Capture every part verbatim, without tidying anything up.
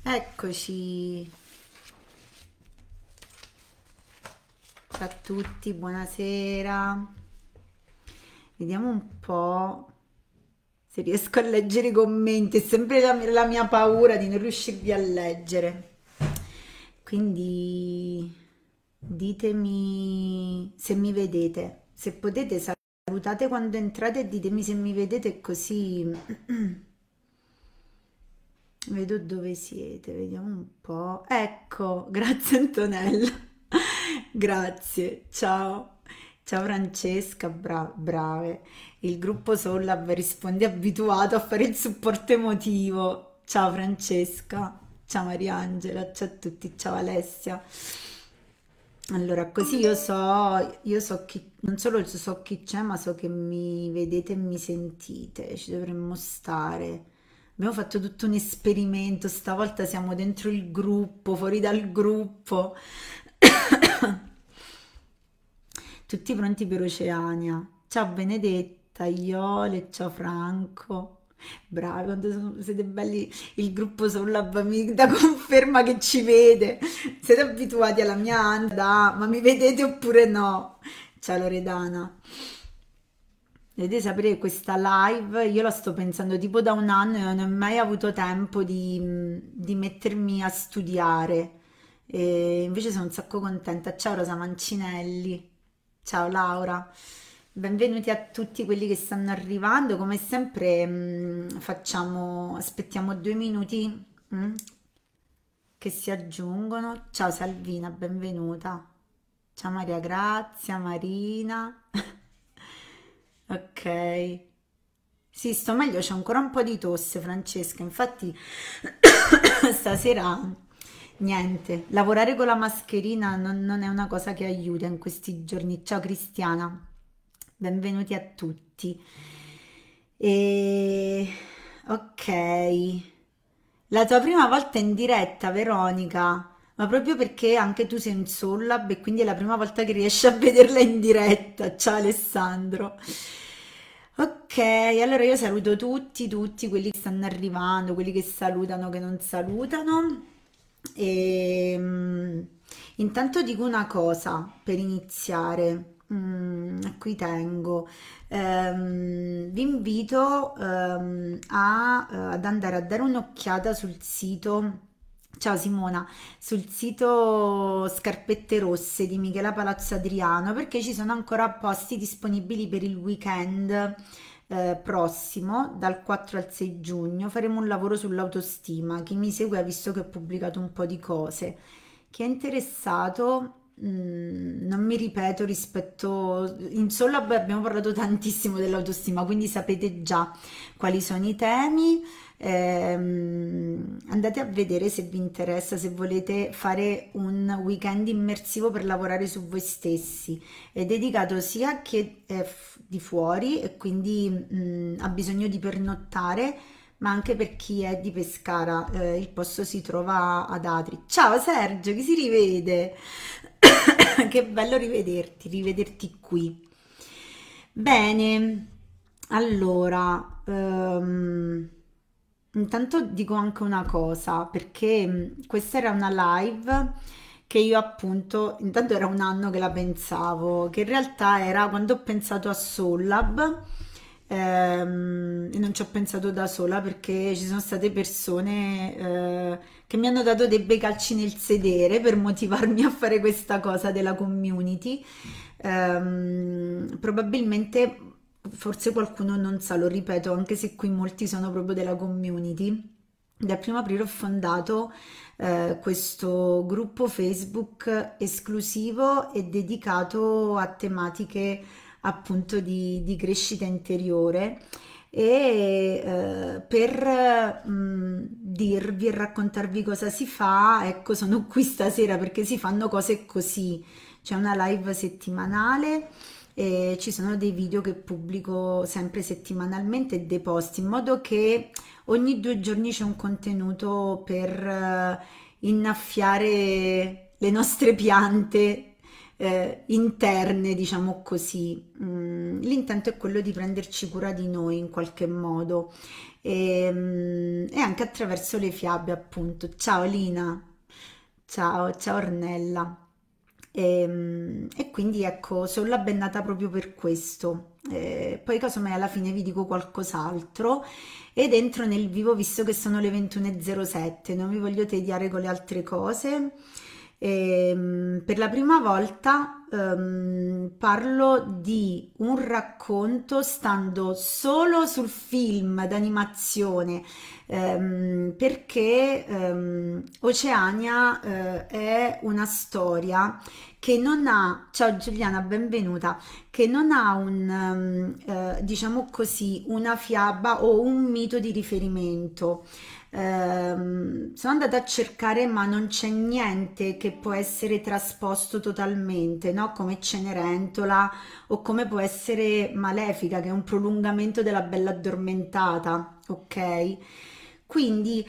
Eccoci. Ciao a tutti, buonasera. Vediamo un po' se riesco a leggere i commenti. È sempre la, la mia paura di non riuscirvi a leggere. Quindi ditemi se mi vedete. Se potete, salutate quando entrate e ditemi se mi vedete, così vedo dove siete. Vediamo un po'. Ecco, grazie Antonella. Grazie, ciao. Ciao Francesca, bra- brave. Il gruppo Sollab risponde abituato a fare il supporto emotivo. Ciao Francesca, ciao Mariangela, ciao a tutti, ciao Alessia. Allora, così io so, io so chi, non solo so chi c'è, ma so che mi vedete e mi sentite, ci dovremmo stare. Abbiamo fatto tutto un esperimento, stavolta siamo dentro il gruppo, fuori dal gruppo. Tutti pronti per Oceania. Ciao Benedetta, Iole, ciao Franco. Bravi, quando sono- siete belli. Il gruppo Sollab mi dà conferma che ci vede. Siete abituati alla mia anda, ma mi vedete oppure no? Ciao Loredana. Dovete sapere che questa live io la sto pensando tipo da un anno e non ho mai avuto tempo di, di mettermi a studiare. E invece sono un sacco contenta. Ciao Rosa Mancinelli. Ciao Laura. Benvenuti a tutti quelli che stanno arrivando. Come sempre, mh, facciamo, aspettiamo due minuti, mh, che si aggiungono. Ciao Salvina, benvenuta. Ciao Maria Grazia, Marina. Ok. Sì, sto meglio, c'è ancora un po' di tosse, Francesca. Infatti, stasera niente. Lavorare con la mascherina non, non è una cosa che aiuta in questi giorni. Ciao Cristiana, benvenuti a tutti. E ok, la tua prima volta in diretta, Veronica, ma proprio perché anche tu sei in Sollab e quindi è la prima volta che riesci a vederla in diretta. Ciao Alessandro. Ok, allora io saluto tutti, tutti quelli che stanno arrivando, quelli che salutano, che non salutano. E, mm, intanto dico una cosa per iniziare, mm, a cui tengo. Ehm, vi invito ehm, a- eh, ad andare a dare un'occhiata sul sito. Ciao Simona, sul sito Scarpette Rosse di Michela Palazzo Adriano, perché ci sono ancora posti disponibili per il weekend eh, prossimo, dal quattro al sei giugno. Faremo un lavoro sull'autostima. Chi mi segue ha visto che ho pubblicato un po' di cose. Chi è interessato, mm, non mi ripeto rispetto. In Sollab abbiamo parlato tantissimo dell'autostima, quindi sapete già quali sono i temi. Ehm, andate a vedere se vi interessa, se volete fare un weekend immersivo per lavorare su voi stessi. È dedicato sia a chi è f- di fuori e quindi mh, ha bisogno di pernottare, ma anche per chi è di Pescara. Eh, il posto si trova ad Atri. Ciao Sergio, chi si rivede? Che bello rivederti, rivederti qui. Bene, allora, ehm, intanto dico anche una cosa, perché mh, questa era una live che io appunto, intanto era un anno che la pensavo, che in realtà era quando ho pensato a Sollab, ehm, e non ci ho pensato da sola perché ci sono state persone eh, che mi hanno dato dei bei calci nel sedere per motivarmi a fare questa cosa della community. Ehm, probabilmente, forse qualcuno non sa, lo ripeto, anche se qui molti sono proprio della community. Dal primo aprile ho fondato eh, questo gruppo Facebook esclusivo e dedicato a tematiche appunto di, di crescita interiore e eh, per mh, dirvi e raccontarvi cosa si fa, ecco, sono qui stasera perché si fanno cose così. C'è una live settimanale e ci sono dei video che pubblico sempre settimanalmente e dei post in modo che ogni due giorni c'è un contenuto per eh, innaffiare le nostre piante eh, interne, diciamo così. Mm, l'intento è quello di prenderci cura di noi in qualche modo e, mm, e anche attraverso le fiabe, appunto. Ciao Lina, ciao, ciao Ornella. E, mm, e quindi ecco, sono la bennata proprio per questo. Eh, poi casomai alla fine vi dico qualcos'altro ed entro nel vivo visto che sono le ventuno e zero sette, non vi voglio tediare con le altre cose. Ehm, per la prima volta ehm, parlo di un racconto stando solo sul film d'animazione, ehm, perché ehm, Oceania eh, è una storia che non ha, ciao Giuliana, benvenuta, che non ha un, ehm, eh, diciamo così, una fiaba o un mito di riferimento. Ehm, sono andata a cercare, ma non c'è niente che può essere trasposto totalmente, no? Come Cenerentola o come può essere Malefica, che è un prolungamento della Bella Addormentata, ok? Quindi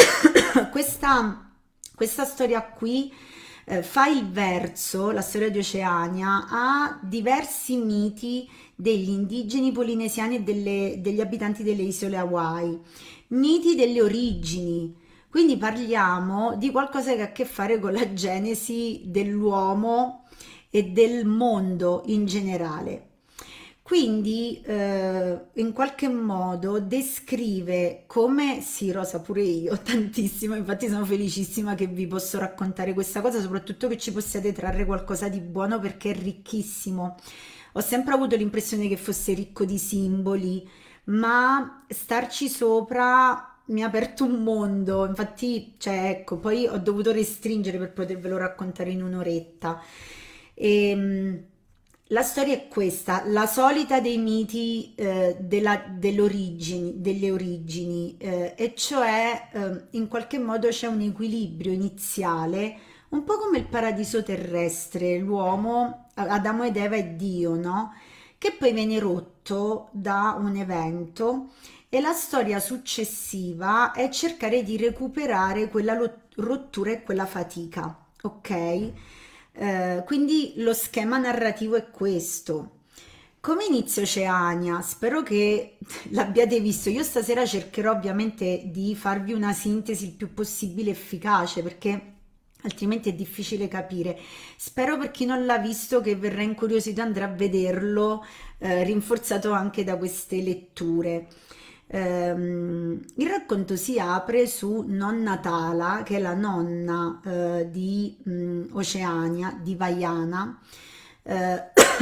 questa, questa storia qui eh, fa il verso, la storia di Oceania, a diversi miti degli indigeni polinesiani e delle- degli abitanti delle isole Hawaii, miti delle origini. Quindi parliamo di qualcosa che ha a che fare con la genesi dell'uomo e del mondo in generale. Quindi eh, in qualche modo descrive come, sì Rosa pure io, tantissimo, infatti sono felicissima che vi posso raccontare questa cosa, soprattutto che ci possiate trarre qualcosa di buono perché è ricchissimo. Ho sempre avuto l'impressione che fosse ricco di simboli, ma starci sopra mi ha aperto un mondo, infatti, cioè, ecco, poi ho dovuto restringere per potervelo raccontare in un'oretta. E, la storia è questa, la solita dei miti eh, della- dell'origine- delle origini, eh, e cioè eh, in qualche modo c'è un equilibrio iniziale, un po' come il paradiso terrestre, l'uomo, Adamo ed Eva e Dio, no? Che poi viene rotto da un evento e la storia successiva è cercare di recuperare quella lo- rottura e quella fatica, ok? Eh, quindi lo schema narrativo è questo. Come inizia Oceania? Spero che l'abbiate visto. Io stasera cercherò ovviamente di farvi una sintesi il più possibile efficace perché altrimenti è difficile capire. Spero per chi non l'ha visto che verrà incuriosito andrà a vederlo, eh, rinforzato anche da queste letture. Ehm, il racconto si apre su Nonna Tala, che è la nonna eh, di mh, Oceania, di Vaiana. Eh,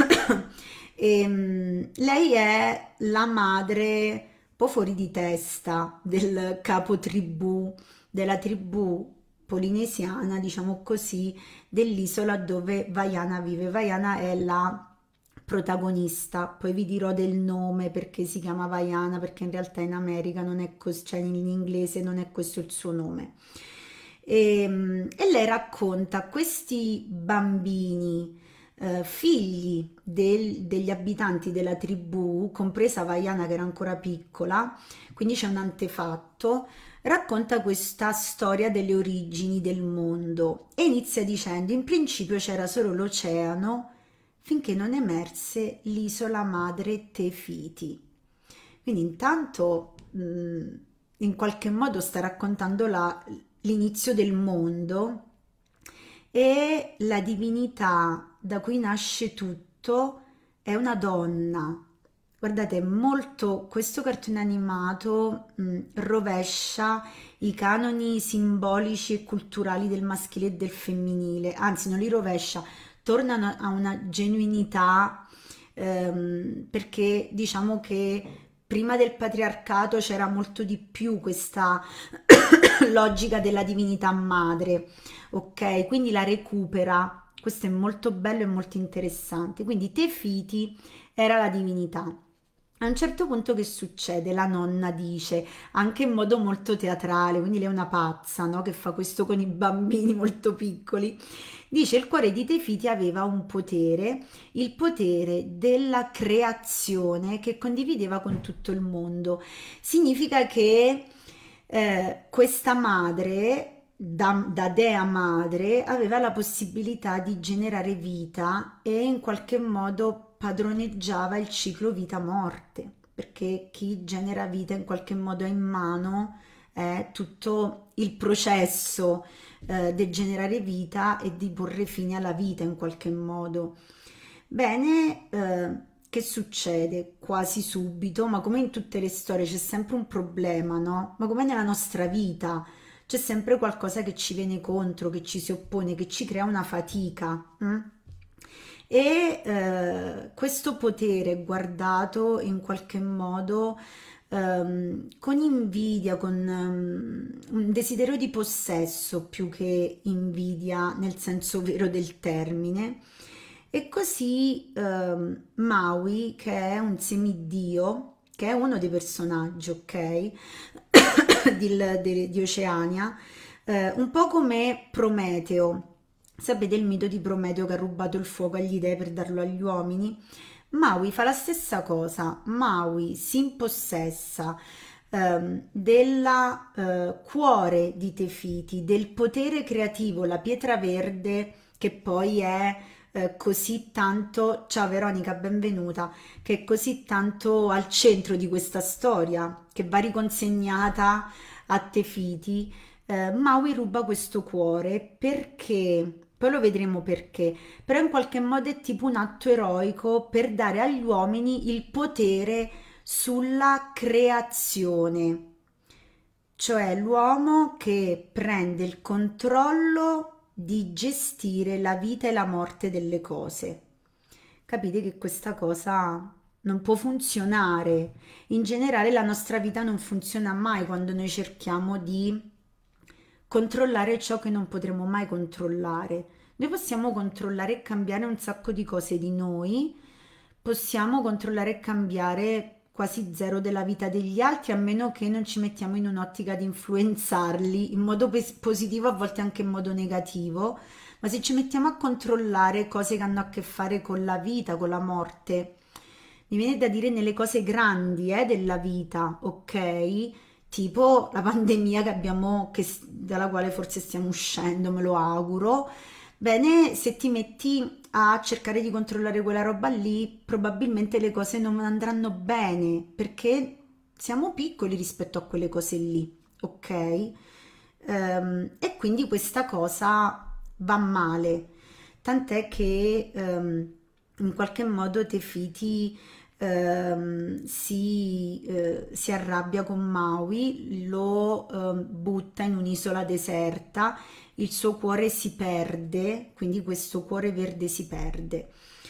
e, mh, lei è la madre un po' fuori di testa del capo tribù, della tribù polinesiana, diciamo così, dell'isola dove Vaiana vive. Vaiana è la protagonista, poi vi dirò del nome perché si chiama Vaiana, perché in realtà in America non è così, cioè in inglese non è questo il suo nome. E, e lei racconta questi bambini, eh, figli del- degli abitanti della tribù, compresa Vaiana che era ancora piccola, quindi c'è un antefatto, racconta questa storia delle origini del mondo e inizia dicendo: in principio c'era solo l'oceano finché non emerse l'isola madre Tefiti. Quindi intanto mh, in qualche modo sta raccontando la- l'inizio del mondo e la divinità da cui nasce tutto è una donna. Guardate, molto questo cartone animato mh, rovescia i canoni simbolici e culturali del maschile e del femminile, anzi non li rovescia, tornano a una genuinità, ehm, perché diciamo che prima del patriarcato c'era molto di più questa logica della divinità madre, ok? Quindi la recupera. Questo è molto bello e molto interessante. Quindi Tefiti era la divinità. A un certo punto che succede? La nonna dice, anche in modo molto teatrale, quindi lei è una pazza, no? Che fa questo con i bambini molto piccoli. Dice il cuore di Tefiti aveva un potere, il potere della creazione che condivideva con tutto il mondo. Significa che eh, questa madre da, da dea madre aveva la possibilità di generare vita e in qualche modo padroneggiava il ciclo vita-morte, perché chi genera vita in qualche modo ha in mano eh, tutto il processo eh, del generare vita e di porre fine alla vita in qualche modo. Bene, eh, che succede? Quasi subito, ma come in tutte le storie c'è sempre un problema, no? Ma come nella nostra vita c'è sempre qualcosa che ci viene contro, che ci si oppone, che ci crea una fatica. Mm? E eh, questo potere è guardato in qualche modo ehm, con invidia, con ehm, un desiderio di possesso più che invidia nel senso vero del termine. E così ehm, Maui, che è un semidio, che è uno dei personaggi, ok, di, di- di Oceania, eh, un po' come Prometeo. Sapete il mito di Prometeo che ha rubato il fuoco agli dei per darlo agli uomini? Maui fa la stessa cosa. Maui si impossessa ehm, della eh, cuore di Tefiti, del potere creativo, la pietra verde che poi è eh, così tanto, ciao Veronica, benvenuta, che è così tanto al centro di questa storia, che va riconsegnata a Tefiti. Eh, Maui ruba questo cuore perché, poi lo vedremo perché, però in qualche modo è tipo un atto eroico per dare agli uomini il potere sulla creazione, cioè l'uomo che prende il controllo di gestire la vita e la morte delle cose. Capite che questa cosa non può funzionare. In generale la nostra vita non funziona mai quando noi cerchiamo di controllare ciò che non potremo mai controllare. Noi possiamo controllare e cambiare un sacco di cose di noi, possiamo controllare e cambiare quasi zero della vita degli altri, a meno che non ci mettiamo in un'ottica di influenzarli in modo pes- positivo, a volte anche in modo negativo, ma se ci mettiamo a controllare cose che hanno a che fare con la vita, con la morte, mi viene da dire nelle cose grandi eh, della vita, ok? Tipo la pandemia che abbiamo, che, dalla quale forse stiamo uscendo, me lo auguro. Bene, se ti metti a cercare di controllare quella roba lì, probabilmente le cose non andranno bene perché siamo piccoli rispetto a quelle cose lì, ok? Ehm, e quindi questa cosa va male, tant'è che ehm, in qualche modo Tefiti ehm, si, eh, si arrabbia con Maui, lo ehm, butta in un'isola deserta, il suo cuore si perde, quindi questo cuore verde si perde.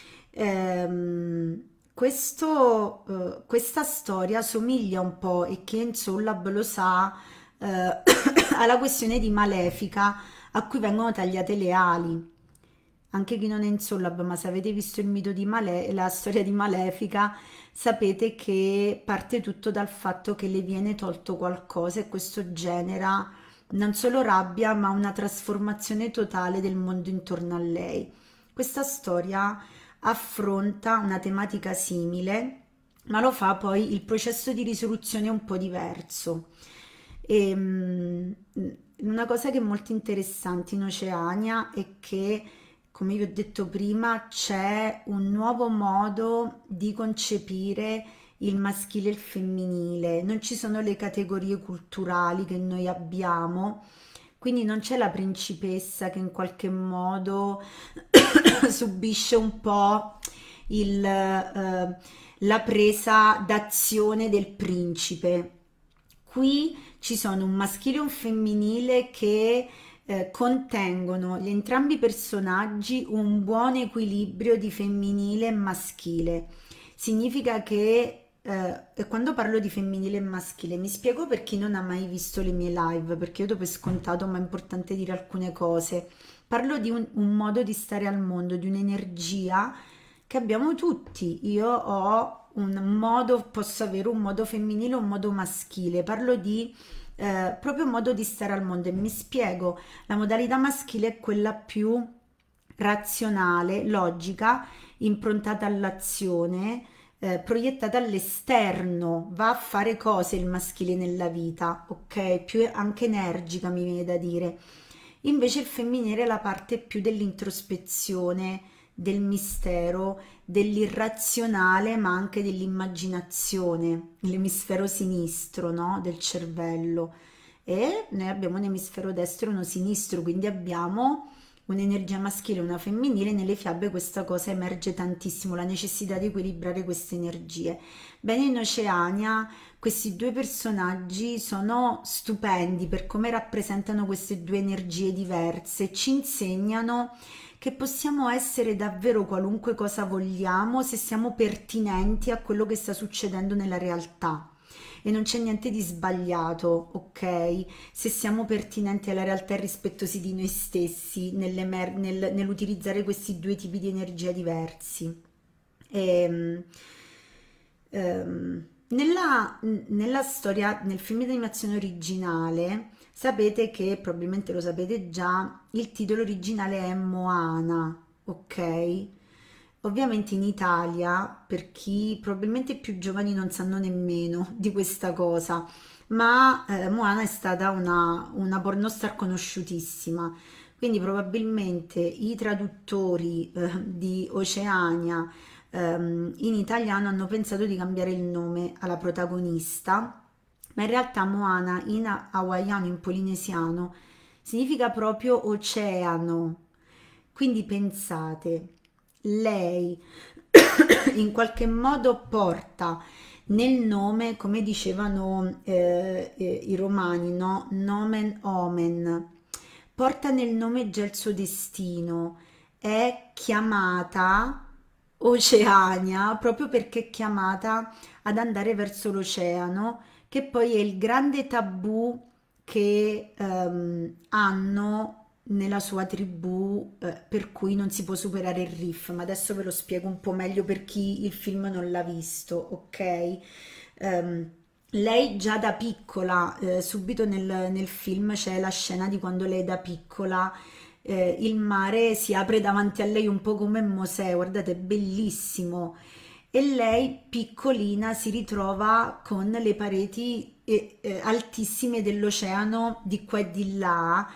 Ehm, questo, eh, questa storia somiglia un po', e Ken Sollab lo sa, eh, alla questione di Malefica a cui vengono tagliate le ali. Anche chi non è in Sollab, ma se avete visto il mito di Male- la storia di Malefica, sapete che parte tutto dal fatto che le viene tolto qualcosa e questo genera non solo rabbia, ma una trasformazione totale del mondo intorno a lei. Questa storia affronta una tematica simile, ma lo fa poi il processo di risoluzione è un po' diverso. E, mm, una cosa che è molto interessante in Oceania è che, come vi ho detto prima, c'è un nuovo modo di concepire il maschile e il femminile, non ci sono le categorie culturali che noi abbiamo, quindi non c'è la principessa che in qualche modo subisce un po' il, eh, la presa d'azione del principe. Qui ci sono un maschile e un femminile che eh, contengono gli entrambi i personaggi un buon equilibrio di femminile e maschile. Significa che eh, e quando parlo di femminile e maschile mi spiego per chi non ha mai visto le mie live, perché io do per scontato, ma è importante dire alcune cose. Parlo di un, un modo di stare al mondo, di un'energia che abbiamo tutti. Io ho un modo, posso avere un modo femminile e un modo maschile. Parlo di eh, proprio modo di stare al mondo e mi spiego. La modalità maschile è quella più razionale, logica, improntata all'azione, eh, proiettata all'esterno, va a fare cose il maschile nella vita, ok? Più anche energica, mi viene da dire. Invece il femminile è la parte più dell'introspezione, del mistero, dell'irrazionale, ma anche dell'immaginazione, l'emisfero sinistro, no? Del cervello. E noi abbiamo un emisfero destro e uno sinistro, quindi abbiamo un'energia maschile e una femminile. Nelle fiabe questa cosa emerge tantissimo, la necessità di equilibrare queste energie. Bene, in Oceania questi due personaggi sono stupendi per come rappresentano queste due energie diverse, ci insegnano che possiamo essere davvero qualunque cosa vogliamo se siamo pertinenti a quello che sta succedendo nella realtà. E non c'è niente di sbagliato, ok? Se siamo pertinenti alla realtà e rispettosi di noi stessi nell'emer- nel- nell'utilizzare questi due tipi di energia diversi. Ehm, ehm, nella, nella storia, nel film di animazione originale, sapete che, probabilmente lo sapete già, il titolo originale è Moana, ok? Ovviamente in Italia, per chi probabilmente i più giovani non sanno nemmeno di questa cosa, ma eh, Moana è stata una, una pornostar conosciutissima, quindi probabilmente i traduttori eh, di Oceania ehm, in italiano hanno pensato di cambiare il nome alla protagonista, ma in realtà Moana in hawaiano, in polinesiano, significa proprio oceano. Quindi pensate, lei in qualche modo porta nel nome, come dicevano eh, eh, i romani, no? Nomen omen, porta nel nome già il suo destino, è chiamata Oceania proprio perché è chiamata ad andare verso l'oceano, che poi è il grande tabù che ehm, hanno nella sua tribù, eh, per cui non si può superare il riff, ma adesso ve lo spiego un po' meglio per chi il film non l'ha visto, ok? Ehm, lei già da piccola, eh, subito nel, nel film c'è la scena di quando lei da piccola, eh, il mare si apre davanti a lei un po' come Mosè, guardate, è bellissimo. E lei, piccolina, si ritrova con le pareti eh, eh, altissime dell'oceano di qua e di là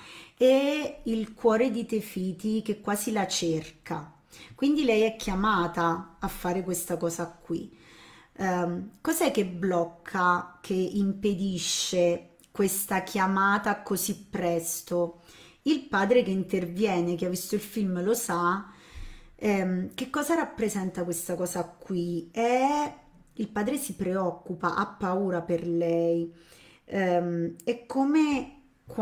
e il cuore di Tefiti che quasi la cerca. Quindi lei è chiamata a fare questa cosa qui. Ehm, cos'è che blocca, che impedisce questa chiamata così presto? Il padre che interviene, che ha visto il film, lo sa. Ehm, che cosa rappresenta questa cosa qui? È il padre si preoccupa, ha paura per lei. Ehm, è come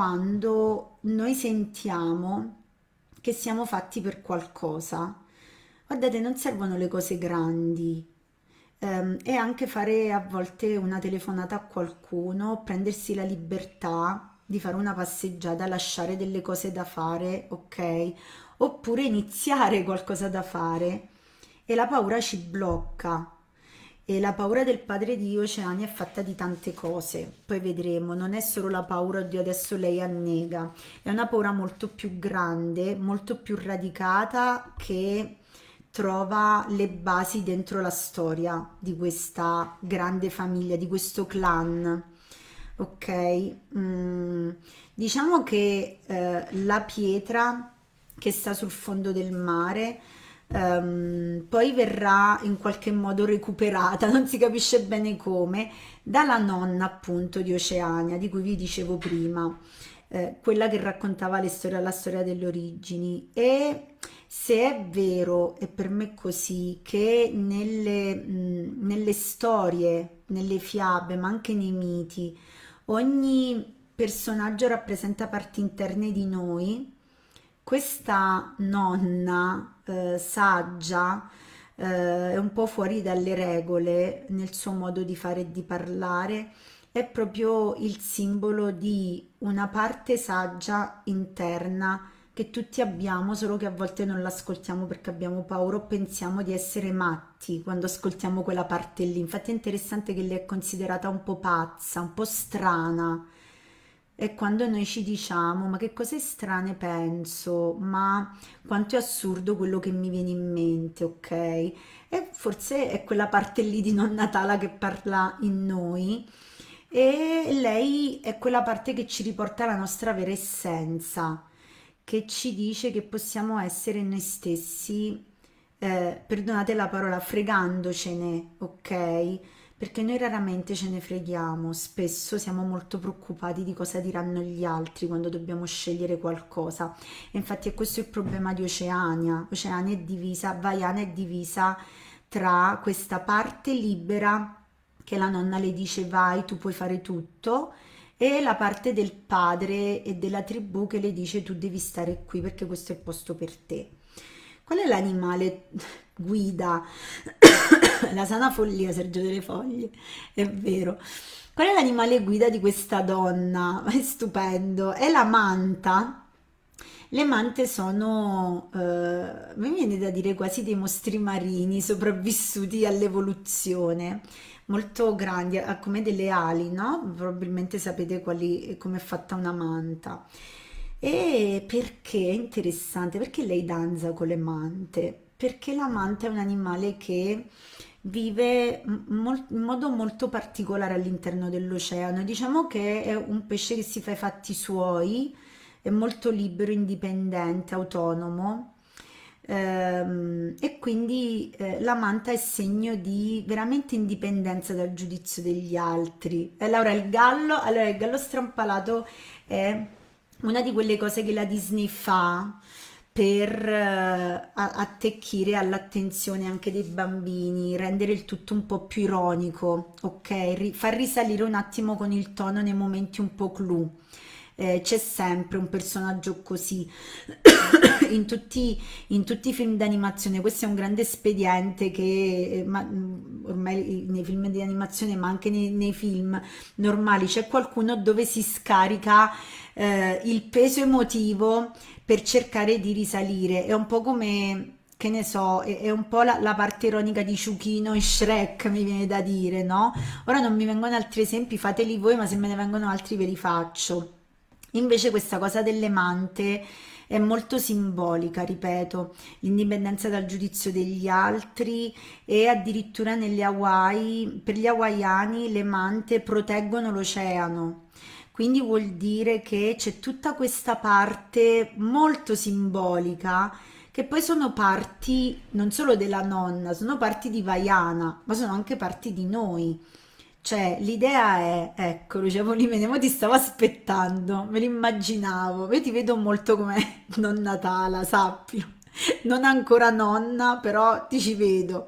quando noi sentiamo che siamo fatti per qualcosa. Guardate, non servono le cose grandi. Ehm, e anche fare a volte una telefonata a qualcuno, prendersi la libertà di fare una passeggiata, lasciare delle cose da fare, ok? Oppure iniziare qualcosa da fare e la paura ci blocca. E la paura del padre di Oceani è fatta di tante cose, poi vedremo, non è solo la paura di adesso lei annega, è una paura molto più grande, molto più radicata che trova le basi dentro la storia di questa grande famiglia, di questo clan. Ok, mm, diciamo che eh, la pietra che sta sul fondo del mare ehm, poi verrà in qualche modo recuperata, non si capisce bene come, dalla nonna appunto di Oceania, di cui vi dicevo prima, eh, quella che raccontava le storie, la storia delle origini. E se è vero, e per me è così, che nelle, mh, nelle storie, nelle fiabe, ma anche nei miti, ogni personaggio rappresenta parti interne di noi, questa nonna eh, saggia eh, è un po' fuori dalle regole nel suo modo di fare e di parlare, è proprio il simbolo di una parte saggia interna che tutti abbiamo, solo che a volte non l'ascoltiamo perché abbiamo paura o pensiamo di essere matti quando ascoltiamo quella parte lì. Infatti è interessante che lei è considerata un po' pazza, un po' strana. E quando noi ci diciamo, ma che cose strane penso, ma quanto è assurdo quello che mi viene in mente, ok? E forse è quella parte lì di nonna Tala che parla in noi e lei è quella parte che ci riporta alla nostra vera essenza, che ci dice che possiamo essere noi stessi, eh, perdonate la parola, fregandocene, ok? Perché noi raramente ce ne freghiamo, spesso siamo molto preoccupati di cosa diranno gli altri quando dobbiamo scegliere qualcosa. E infatti è questo il problema di Oceania. Oceania è divisa, Vaiana è divisa tra questa parte libera che la nonna le dice vai, tu puoi fare tutto, e la parte del padre e della tribù che le dice tu devi stare qui perché questo è il posto per te. Qual è l'animale guida? La sana follia, Sergio delle Foglie, è vero. Qual è l'animale guida di questa donna? È stupendo, è la manta. Le mante sono, eh, mi viene da dire quasi dei mostri marini sopravvissuti all'evoluzione, molto grandi, ha come delle ali, no? Probabilmente sapete quali, come è fatta una manta. E perché è interessante? Perché lei danza con le mante? Perché la manta è un animale che vive mol- in modo molto particolare all'interno dell'oceano. Diciamo che è un pesce che si fa i fatti suoi, è molto libero, indipendente, autonomo. Ehm, e quindi eh, la manta è segno di veramente indipendenza dal giudizio degli altri. E Laura, il gallo, allora il gallo strampalato è una di quelle cose che la Disney fa per eh, a- attecchire all'attenzione anche dei bambini, rendere il tutto un po' più ironico, ok? Ri- far risalire un attimo con il tono nei momenti un po' clou. Eh, c'è sempre un personaggio così in tutti, in tutti i film d'animazione. Questo è un grande espediente che eh, ma, mh, ormai nei film di animazione, ma anche nei, nei film normali, c'è qualcuno dove si scarica eh, il peso emotivo per cercare di risalire. È un po' come, che ne so, è, è un po' la, la parte ironica di Ciuchino e Shrek, mi viene da dire, no? Ora non mi vengono altri esempi, fateli voi, ma se me ne vengono altri ve li faccio. Invece questa cosa delle mante è molto simbolica, ripeto, l'indipendenza dal giudizio degli altri, e addirittura nelle Hawaii, per gli hawaiani le mante proteggono l'oceano. Quindi vuol dire che c'è tutta questa parte molto simbolica che poi sono parti non solo della nonna, sono parti di Vaiana, ma sono anche parti di noi. Cioè, l'idea è, ecco, Lucia Polimene, mo ti stavo aspettando, me l'immaginavo, io ti vedo molto come nonna Tala, sappilo, non ancora nonna, però ti ci vedo.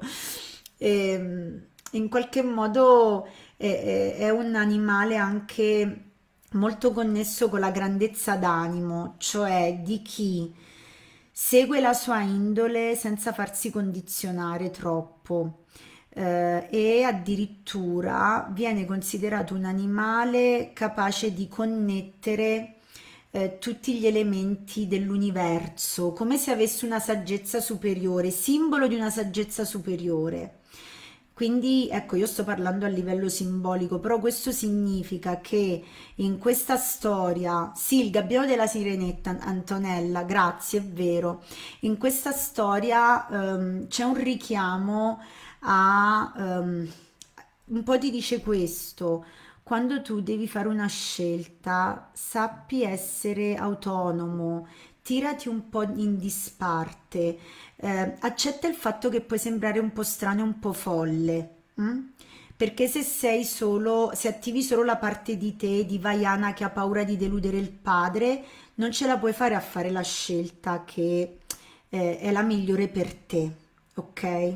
E, in qualche modo è, è- è un animale anche molto connesso con la grandezza d'animo, cioè di chi segue la sua indole senza farsi condizionare troppo, eh, e addirittura viene considerato un animale capace di connettere eh, tutti gli elementi dell'universo, come se avesse una saggezza superiore, simbolo di una saggezza superiore. Quindi, ecco, io sto parlando a livello simbolico, però questo significa che in questa storia, sì, il gabbiano della Sirenetta, Antonella, grazie, è vero, in questa storia ehm, c'è un richiamo a... ehm, un po' ti dice questo: quando tu devi fare una scelta, sappi essere autonomo, tirati un po' in disparte, eh, accetta il fatto che puoi sembrare un po' strano e un po' folle, mm? Perché se sei solo, se attivi solo la parte di te, di Vaiana che ha paura di deludere il padre, non ce la puoi fare a fare la scelta che eh, è la migliore per te, ok?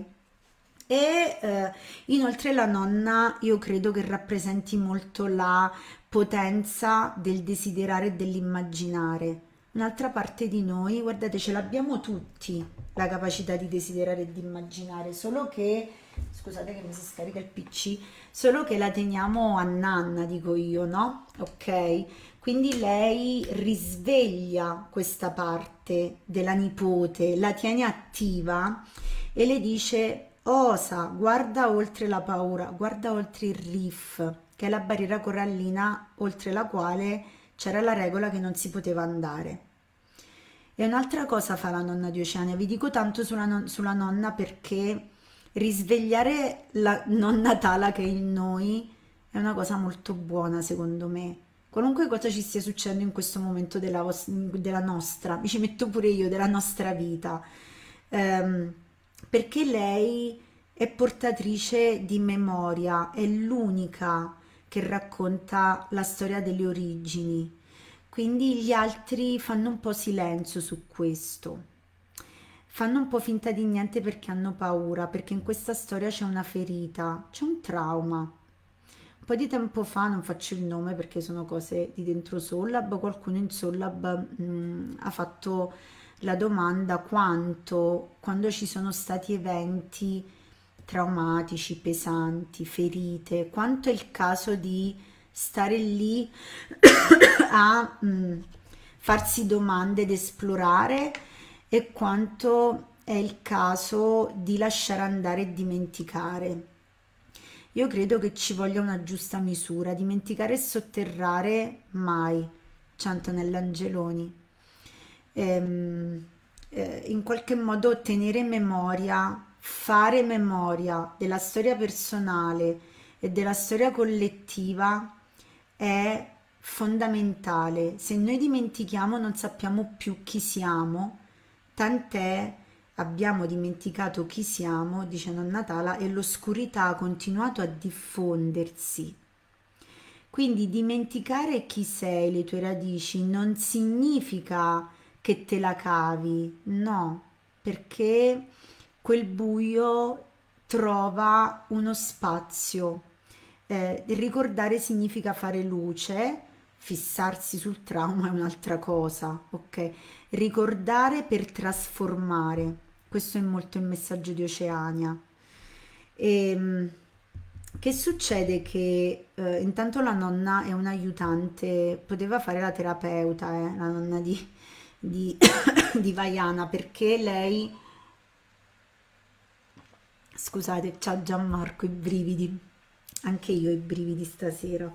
E eh, inoltre la nonna io credo che rappresenti molto la potenza del desiderare e dell'immaginare. Un'altra parte di noi, guardate, ce l'abbiamo tutti la capacità di desiderare e di immaginare, solo che, scusate che mi si scarica il P C, solo che la teniamo a nanna, dico io, no? Ok? Quindi lei risveglia questa parte della nipote, la tiene attiva e le dice: osa, guarda oltre la paura, guarda oltre il reef, che è la barriera corallina oltre la quale c'era la regola che non si poteva andare. E un'altra cosa fa la nonna di Oceania, vi dico tanto sulla, non- sulla nonna perché risvegliare la nonna Tala che è in noi è una cosa molto buona, secondo me. Qualunque cosa ci stia succedendo in questo momento della, vos- della nostra, mi ci metto pure io, della nostra vita. Ehm, Perché lei è portatrice di memoria, è l'unica che racconta la storia delle origini. Quindi gli altri fanno un po' silenzio su questo. Fanno un po' finta di niente perché hanno paura, perché in questa storia c'è una ferita, c'è un trauma. Un po' di tempo fa, non faccio il nome perché sono cose di dentro Sollab, qualcuno in Sollab mh, ha fatto la domanda quanto, quando ci sono stati eventi traumatici, pesanti, ferite, quanto è il caso di stare lì a mh, farsi domande ed esplorare e quanto è il caso di lasciare andare e dimenticare. Io credo che ci voglia una giusta misura, dimenticare e sotterrare mai, c'è Antonella Angeloni. Ehm, eh, in qualche modo tenere memoria, fare memoria della storia personale e della storia collettiva è fondamentale. Se noi dimentichiamo non sappiamo più chi siamo, tant'è abbiamo dimenticato chi siamo, dice nonna Tala, e l'oscurità ha continuato a diffondersi. Quindi dimenticare chi sei, le tue radici, non significa che te la cavi, no, perché quel buio trova uno spazio. Eh, ricordare significa fare luce, fissarsi sul trauma è un'altra cosa, ok? Ricordare per trasformare, questo è molto il messaggio di Oceania. E, che succede? Che eh, intanto la nonna è un'aiutante, poteva fare la terapeuta, eh, la nonna di, di, di Vaiana, perché lei, scusate, c'ha Gianmarco i brividi, anche io i brividi stasera.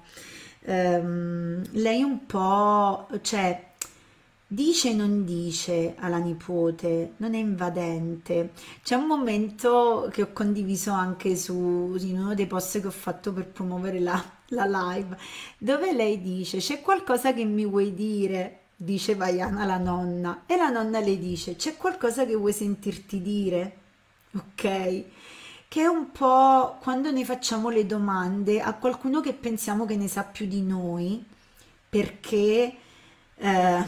Ehm, lei un po', cioè, dice e non dice alla nipote, non è invadente. C'è un momento che ho condiviso anche su, in uno dei post che ho fatto per promuovere la, la live, dove lei dice: c'è qualcosa che mi vuoi dire? Dice Vaiana alla nonna, e la nonna le dice: c'è qualcosa che vuoi sentirti dire? Ok? Che è un po' quando noi facciamo le domande a qualcuno che pensiamo che ne sa più di noi, perché eh,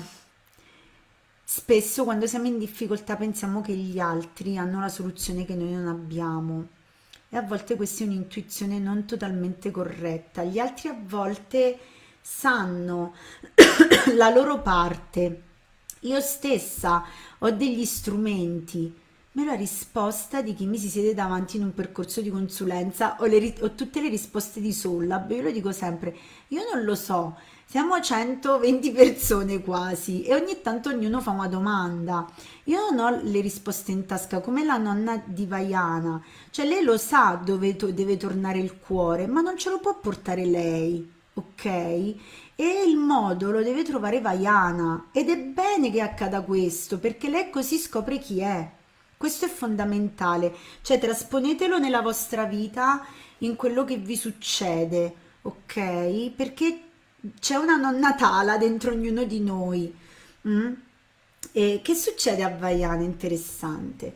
spesso quando siamo in difficoltà pensiamo che gli altri hanno la soluzione che noi non abbiamo. E a volte questa è un'intuizione non totalmente corretta. Gli altri a volte sanno la loro parte. Io stessa ho degli strumenti, ma è la risposta di chi mi si siede davanti in un percorso di consulenza o, le ri- o tutte le risposte di Sollab. Io lo dico sempre, io non lo so, siamo centoventi persone quasi e ogni tanto ognuno fa una domanda. Io non ho le risposte in tasca come la nonna di Vaiana, cioè lei lo sa dove to- deve tornare il cuore, ma non ce lo può portare lei, ok? E il modo lo deve trovare Vaiana ed è bene che accada questo perché lei così scopre chi è. Questo è fondamentale, cioè trasponetelo nella vostra vita in quello che vi succede, ok? Perché c'è una nonna Tala dentro ognuno di noi. Mm? E che succede a Vaiana? Interessante.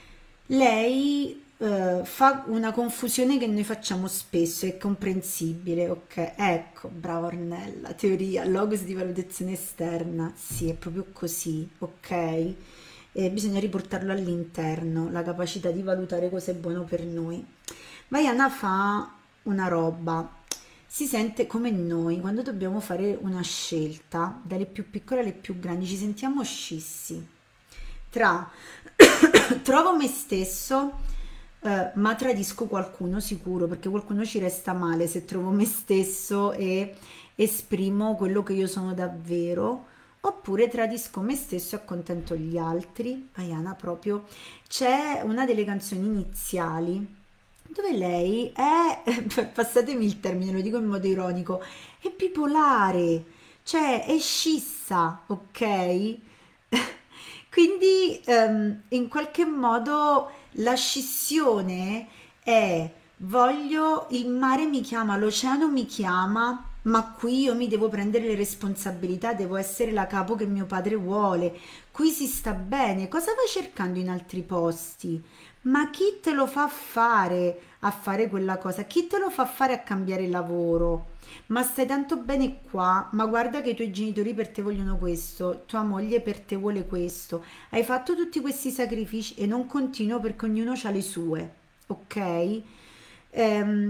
Lei eh, fa una confusione che noi facciamo spesso, è comprensibile, ok? Ecco, brava Ornella, teoria, logos di valutazione esterna, sì, è proprio così, ok? E bisogna riportarlo all'interno, la capacità di valutare cosa è buono per noi. Vaiana fa una roba, si sente come noi quando dobbiamo fare una scelta, dalle più piccole alle più grandi, ci sentiamo scissi tra trovo me stesso, eh, ma tradisco qualcuno sicuro, perché qualcuno ci resta male se trovo me stesso e esprimo quello che io sono davvero, oppure tradisco me stesso e accontento gli altri. Ayana proprio c'è una delle canzoni iniziali dove lei è, passatemi il termine, lo dico in modo ironico, è bipolare, cioè è scissa, ok? Quindi ehm, in qualche modo La scissione è voglio, il mare mi chiama, l'oceano mi chiama, ma qui io mi devo prendere le responsabilità, devo essere la capo che mio padre vuole. Qui si sta bene. Cosa vai cercando in altri posti? Ma chi te lo fa fare a fare quella cosa? Chi te lo fa fare a cambiare lavoro? Ma stai tanto bene qua, ma guarda che i tuoi genitori per te vogliono questo, tua moglie per te vuole questo. Hai fatto tutti questi sacrifici e non continuo perché ognuno ha le sue, ok? Ehm,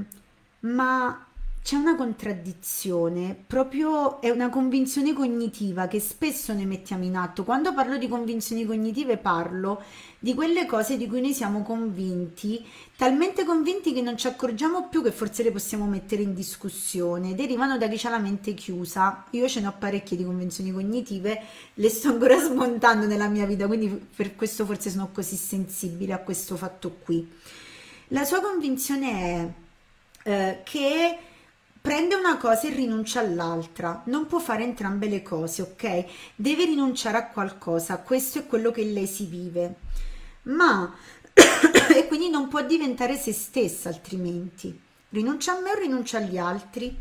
ma c'è una contraddizione, proprio è una convinzione cognitiva che spesso ne mettiamo in atto. Quando parlo di convinzioni cognitive parlo di quelle cose di cui noi siamo convinti, talmente convinti che non ci accorgiamo più che forse le possiamo mettere in discussione, derivano da chi ha la mente chiusa. Io ce ne ho parecchie di convinzioni cognitive, le sto ancora smontando nella mia vita, quindi per questo forse sono così sensibile a questo fatto qui. La sua convinzione è eh, che prende una cosa e rinuncia all'altra, non può fare entrambe le cose, ok? Deve rinunciare a qualcosa, questo è quello che lei si vive, ma e quindi non può diventare se stessa altrimenti. Rinuncia a me o rinuncia agli altri?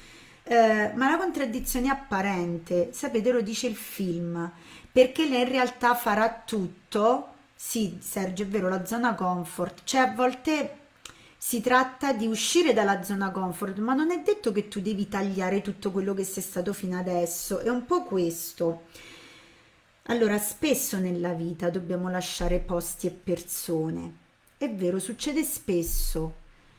Eh, ma la contraddizione è apparente, sapete, lo dice il film, perché lei in realtà farà tutto. Sì, Sergio, è vero, la zona comfort, cioè a volte si tratta di uscire dalla zona comfort, ma non è detto che tu devi tagliare tutto quello che sei stato fino adesso, è un po' questo. Allora, spesso nella vita dobbiamo lasciare posti e persone. È vero, succede spesso,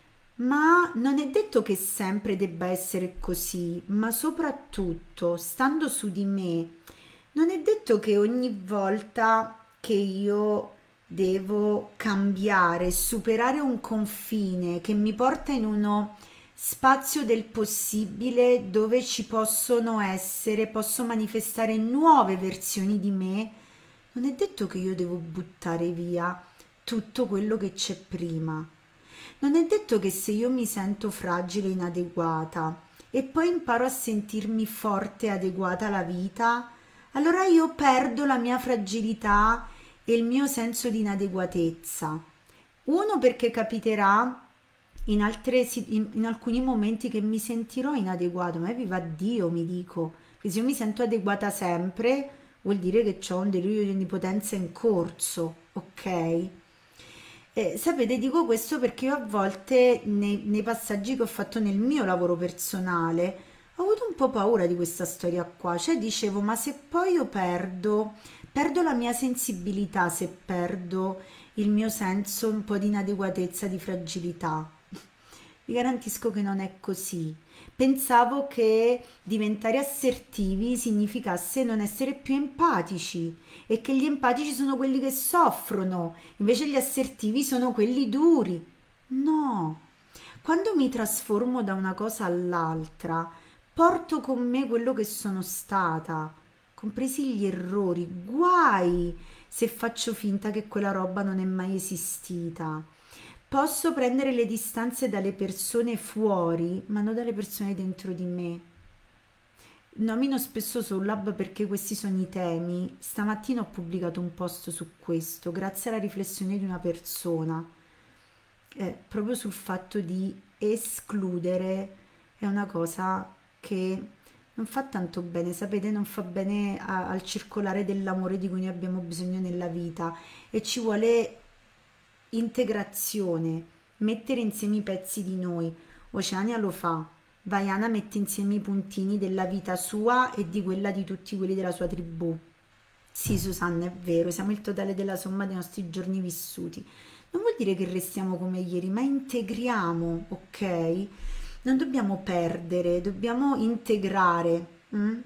ma non è detto che sempre debba essere così, ma soprattutto, stando su di me, non è detto che ogni volta che io devo cambiare, superare un confine che mi porta in uno spazio del possibile dove ci possono essere, posso manifestare nuove versioni di me, non è detto che io devo buttare via tutto quello che c'è prima. Non è detto che se io mi sento fragile e inadeguata e poi imparo a sentirmi forte e adeguata alla vita, allora io perdo la mia fragilità e il mio senso di inadeguatezza. Uno, perché capiterà in, altre, si- in, in alcuni momenti che mi sentirò inadeguato, ma viva Dio, mi dico, che se io mi sento adeguata sempre, vuol dire che ho un delirio di onnipotenza in corso, ok? Eh, sapete, dico questo perché io a volte nei, nei passaggi che ho fatto nel mio lavoro personale ho avuto un po' paura di questa storia qua, cioè dicevo, ma se poi io perdo, perdo la mia sensibilità, se perdo il mio senso un po' di inadeguatezza, di fragilità. Vi garantisco che non è così. Pensavo che diventare assertivi significasse non essere più empatici e che gli empatici sono quelli che soffrono, invece gli assertivi sono quelli duri. No, quando mi trasformo da una cosa all'altra, porto con me quello che sono stata, compresi gli errori. Guai se faccio finta che quella roba non è mai esistita. Posso prendere le distanze dalle persone fuori, ma non dalle persone dentro di me. Nomino spesso Soul perché questi sono i temi. Stamattina ho pubblicato un post su questo, grazie alla riflessione di una persona, eh, proprio sul fatto di escludere è una cosa che non fa tanto bene, sapete, non fa bene a- al circolare dell'amore di cui noi abbiamo bisogno nella vita e ci vuole integrazione, mettere insieme i pezzi di noi. Oceania lo fa, Vaiana mette insieme i puntini della vita sua e di quella di tutti quelli della sua tribù. Sì, Susanna, è vero, siamo il totale della somma dei nostri giorni vissuti. Non vuol dire che restiamo come ieri, ma integriamo, ok? Non dobbiamo perdere, dobbiamo integrare. Mm?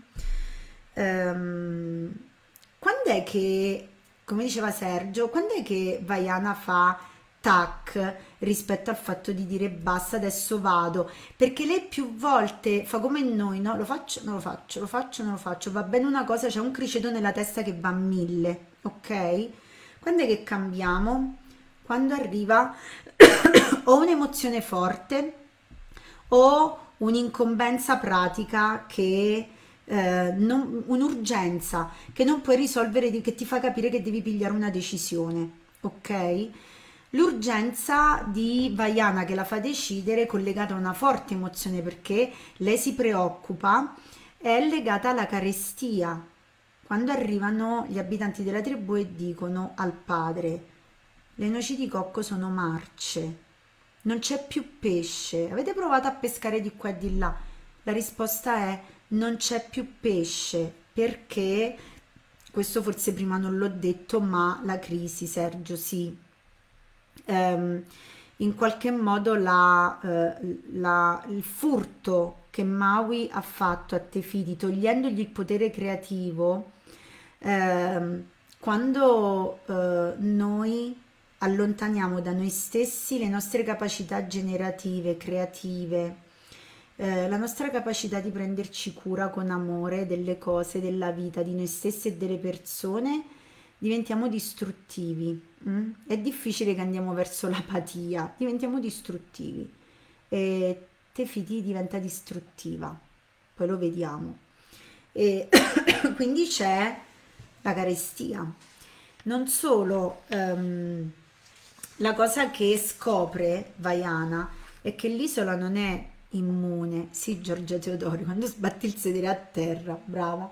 Ehm, quando è che, come diceva Sergio, quando è che Vaiana fa tac rispetto al fatto di dire basta, adesso vado? Perché lei più volte fa come noi, no? Lo faccio, non lo faccio, lo faccio, non lo faccio. Va bene una cosa, c'è un criceto nella testa che va a mille, ok? Quando è che cambiamo? Quando arriva o un'emozione forte o un'incombenza pratica che eh, non- un'urgenza che non puoi risolvere, di- che ti fa capire che devi pigliare una decisione, ok? L'urgenza di Vaiana che la fa decidere è collegata a una forte emozione perché lei si preoccupa, è legata alla carestia. Quando arrivano gli abitanti della tribù e dicono al padre: le noci di cocco sono marce, non c'è più pesce. Avete provato a pescare di qua e di là? La risposta è: non c'è più pesce perché, questo forse prima non l'ho detto, ma la crisi, Sergio, sì, ehm, in qualche modo la, eh, la- il furto che Maui ha fatto a Tefiti, togliendogli il potere creativo, ehm, quando eh, noi allontaniamo da noi stessi le nostre capacità generative, creative, eh, la nostra capacità di prenderci cura con amore delle cose, della vita, di noi stessi e delle persone, diventiamo distruttivi. Mm? È difficile che andiamo verso l'apatia, diventiamo distruttivi e Tefiti diventa distruttiva, poi lo vediamo. E quindi c'è la carestia. Non solo, ehm, la cosa che scopre Vaiana è che l'isola non è immune. Sì, Giorgia Teodori, quando sbatti il sedere a terra, brava.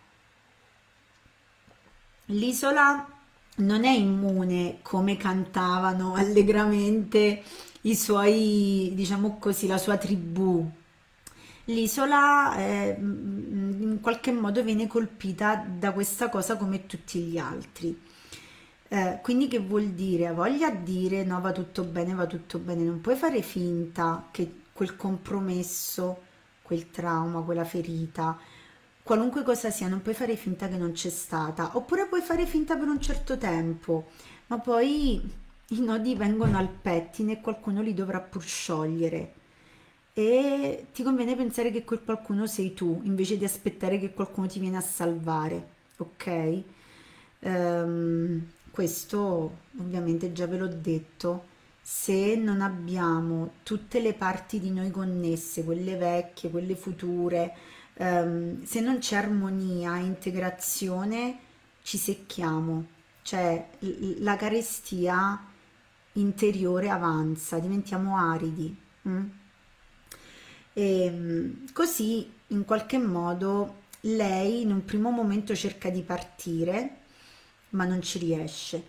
L'isola non è immune come cantavano allegramente i suoi, diciamo così, la sua tribù. L'isola eh, in qualche modo viene colpita da questa cosa come tutti gli altri. Eh, quindi che vuol dire? Ha voglia a dire no, va tutto bene, va tutto bene. Non puoi fare finta che quel compromesso, quel trauma, quella ferita, qualunque cosa sia, non puoi fare finta che non c'è stata. Oppure puoi fare finta per un certo tempo, ma poi i nodi vengono al pettine e qualcuno li dovrà pur sciogliere. E ti conviene pensare che quel qualcuno sei tu, invece di aspettare che qualcuno ti viene a salvare, ok? Ehm, questo ovviamente già ve l'ho detto, se non abbiamo tutte le parti di noi connesse, quelle vecchie, quelle future, ehm, se non c'è armonia, integrazione, ci secchiamo, cioè l- la carestia interiore avanza, diventiamo aridi. Mm? E mm, così in qualche modo lei in un primo momento cerca di partire, ma non ci riesce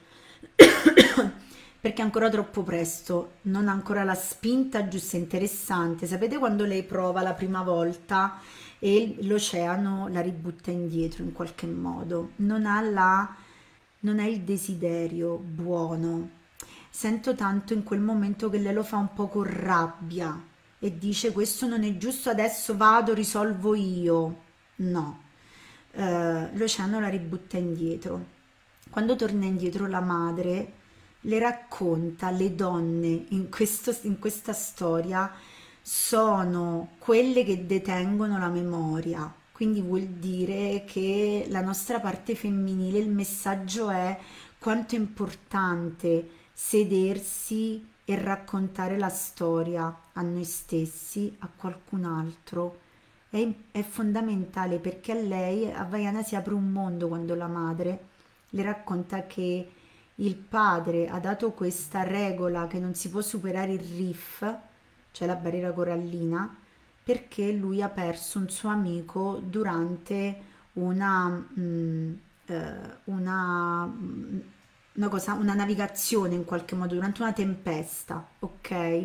perché è ancora troppo presto, non ha ancora la spinta giusta e interessante. Sapete quando lei prova la prima volta e l'oceano la ributta indietro in qualche modo? Non ha la, non ha il desiderio buono. Sento tanto in quel momento che lei lo fa un po' con rabbia e dice questo non è giusto, adesso vado, risolvo io. No, eh, l'oceano la ributta indietro. Quando torna indietro la madre le racconta, le donne in questo- in questa storia sono quelle che detengono la memoria. Quindi vuol dire che la nostra parte femminile, il messaggio è quanto è importante sedersi e raccontare la storia a noi stessi, a qualcun altro. È, è fondamentale perché a lei, a Vaiana, si apre un mondo quando la madre le racconta che il padre ha dato questa regola che non si può superare il reef, cioè la barriera corallina, perché lui ha perso un suo amico durante una, mm, eh, una, mm, una cosa, una navigazione in qualche modo, durante una tempesta, ok?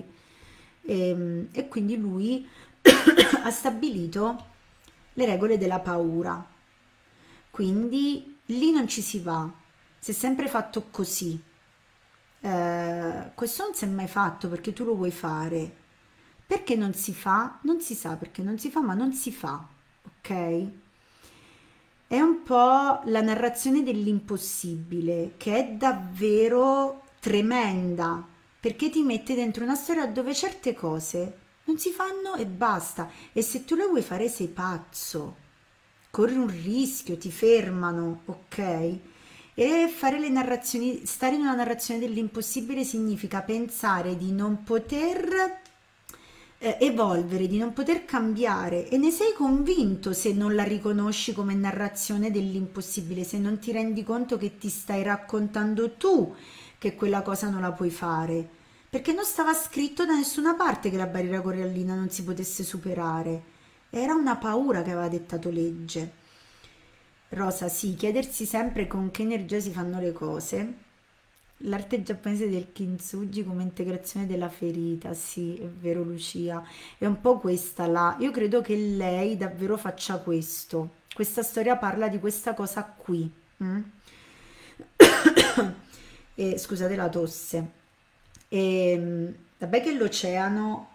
E, e quindi lui ha stabilito le regole della paura. Quindi lì non ci si va, si è sempre fatto così. Eh, questo non si è mai fatto perché tu lo vuoi fare. Perché non si fa? Non si sa perché non si fa, ma non si fa, ok? È un po' la narrazione dell'impossibile, che è davvero tremenda, perché ti mette dentro una storia dove certe cose non si fanno e basta. E se tu le vuoi fare sei pazzo, corri un rischio, ti fermano, ok? E fare le narrazioni, stare in una narrazione dell'impossibile significa pensare di non poter eh, evolvere, di non poter cambiare e ne sei convinto se non la riconosci come narrazione dell'impossibile, se non ti rendi conto che ti stai raccontando tu che quella cosa non la puoi fare, perché non stava scritto da nessuna parte che la barriera corallina non si potesse superare. Era una paura che aveva dettato legge. Rosa, sì, chiedersi sempre con che energia si fanno le cose. L'arte giapponese del kintsugi come integrazione della ferita, sì, è vero Lucia, è un po' questa là. Io credo che lei davvero faccia questo. Questa storia parla di questa cosa qui. Mm? E, scusate la tosse. E, mm, vabbè che l'oceano,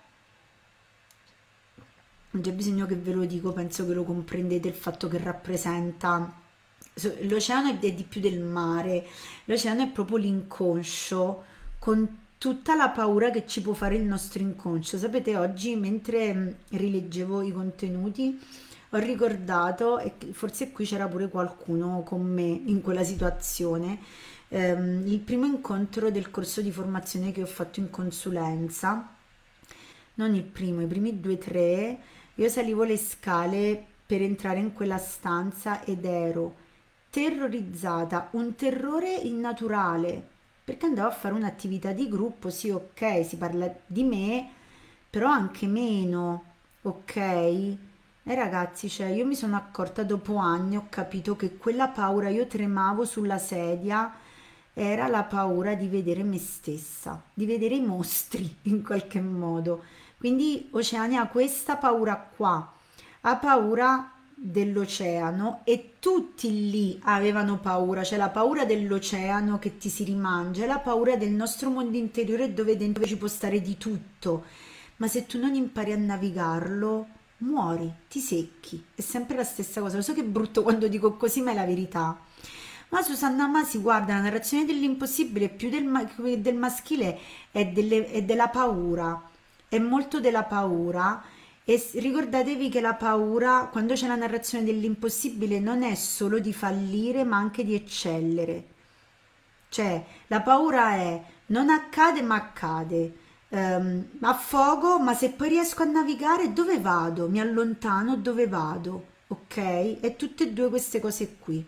non c'è bisogno che ve lo dico, penso che lo comprendete il fatto che rappresenta. so- L'oceano è è di più del mare, l'oceano è proprio l'inconscio, con tutta la paura che ci può fare il nostro inconscio. Sapete, oggi mentre mh, rileggevo i contenuti, ho ricordato, e che forse qui c'era pure qualcuno con me in quella situazione, ehm, il primo incontro del corso di formazione che ho fatto in consulenza, non il primo, i primi due o tre, io salivo le scale per entrare in quella stanza ed ero terrorizzata, un terrore innaturale, perché andavo a fare un'attività di gruppo, sì, ok, si parla di me, però anche meno, ok? E ragazzi, cioè, io mi sono accorta dopo anni, ho capito che quella paura, io tremavo sulla sedia, era la paura di vedere me stessa, di vedere i mostri in qualche modo. Quindi Oceania ha questa paura qua, ha paura dell'oceano e tutti lì avevano paura, cioè la paura dell'oceano che ti si rimangia, e la paura del nostro mondo interiore dove dentro ci può stare di tutto, ma se tu non impari a navigarlo, muori, ti secchi, è sempre la stessa cosa. Lo so che è brutto quando dico così, ma è la verità. Ma Susanna Masi, guarda, la narrazione dell'impossibile più del, ma- del maschile è, delle- è della paura, è molto della paura. E s- ricordatevi che la paura, quando c'è la narrazione dell'impossibile, non è solo di fallire, ma anche di eccellere. Cioè, la paura è non accade, ma accade. Ehm, affogo, ma se poi riesco a navigare, dove vado? Mi allontano, dove vado? Ok? E tutte e due queste cose qui.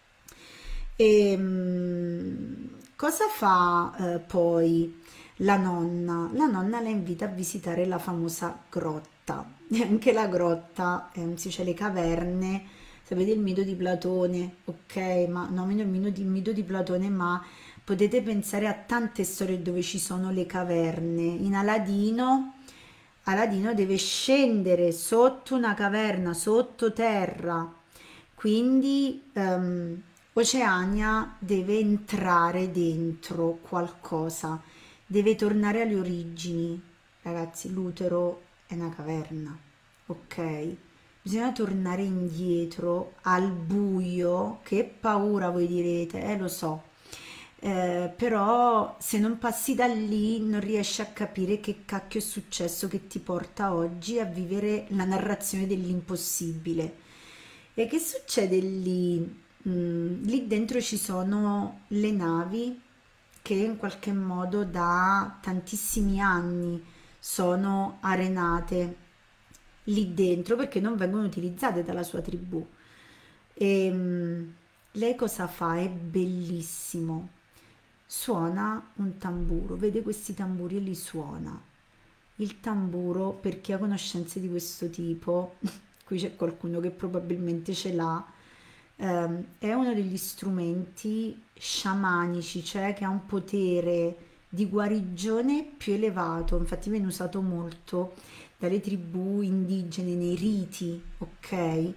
E, mm, cosa fa eh, poi la nonna? La nonna la invita a visitare la famosa grotta. E anche la grotta, eh, si dice le caverne, sapete il mito di Platone, ok? Ma no, meno il mito di, il mito di Platone, ma potete pensare a tante storie dove ci sono le caverne. In Aladino, Aladino deve scendere sotto una caverna, sottoterra, quindi ehm, Oceania deve entrare dentro qualcosa, deve tornare alle origini. Ragazzi, l'utero è una caverna, ok? Bisogna tornare indietro al buio. Che paura voi direte, eh lo so. Eh, però se non passi da lì non riesci a capire che cacchio è successo che ti porta oggi a vivere la narrazione dell'impossibile. E che succede lì? Mm, lì dentro ci sono le navi che in qualche modo da tantissimi anni sono arenate lì dentro perché non vengono utilizzate dalla sua tribù. E mm, lei cosa fa? È bellissimo. Suona un tamburo, vede questi tamburi e li suona. Il tamburo, per chi ha conoscenze di questo tipo, qui c'è qualcuno che probabilmente ce l'ha, ehm, è uno degli strumenti sciamanici, cioè che ha un potere di guarigione più elevato, infatti viene usato molto dalle tribù indigene nei riti, ok?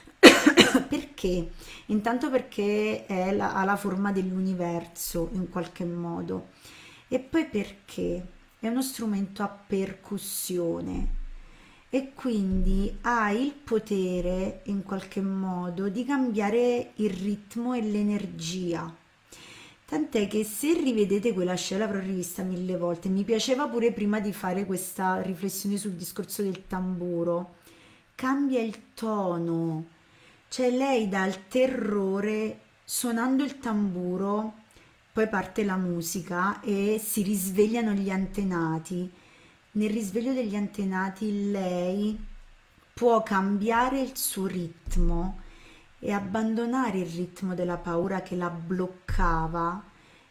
Perché? Intanto perché è la- ha la forma dell'universo in qualche modo e poi perché è uno strumento a percussione e quindi ha il potere in qualche modo di cambiare il ritmo e l'energia. Tant'è che se rivedete quella scena, l'avrò rivista mille volte, mi piaceva pure prima di fare questa riflessione sul discorso del tamburo, cambia il tono, cioè lei dal terrore suonando il tamburo, poi parte la musica e si risvegliano gli antenati. Nel risveglio degli antenati lei può cambiare il suo ritmo e abbandonare il ritmo della paura che la bloccava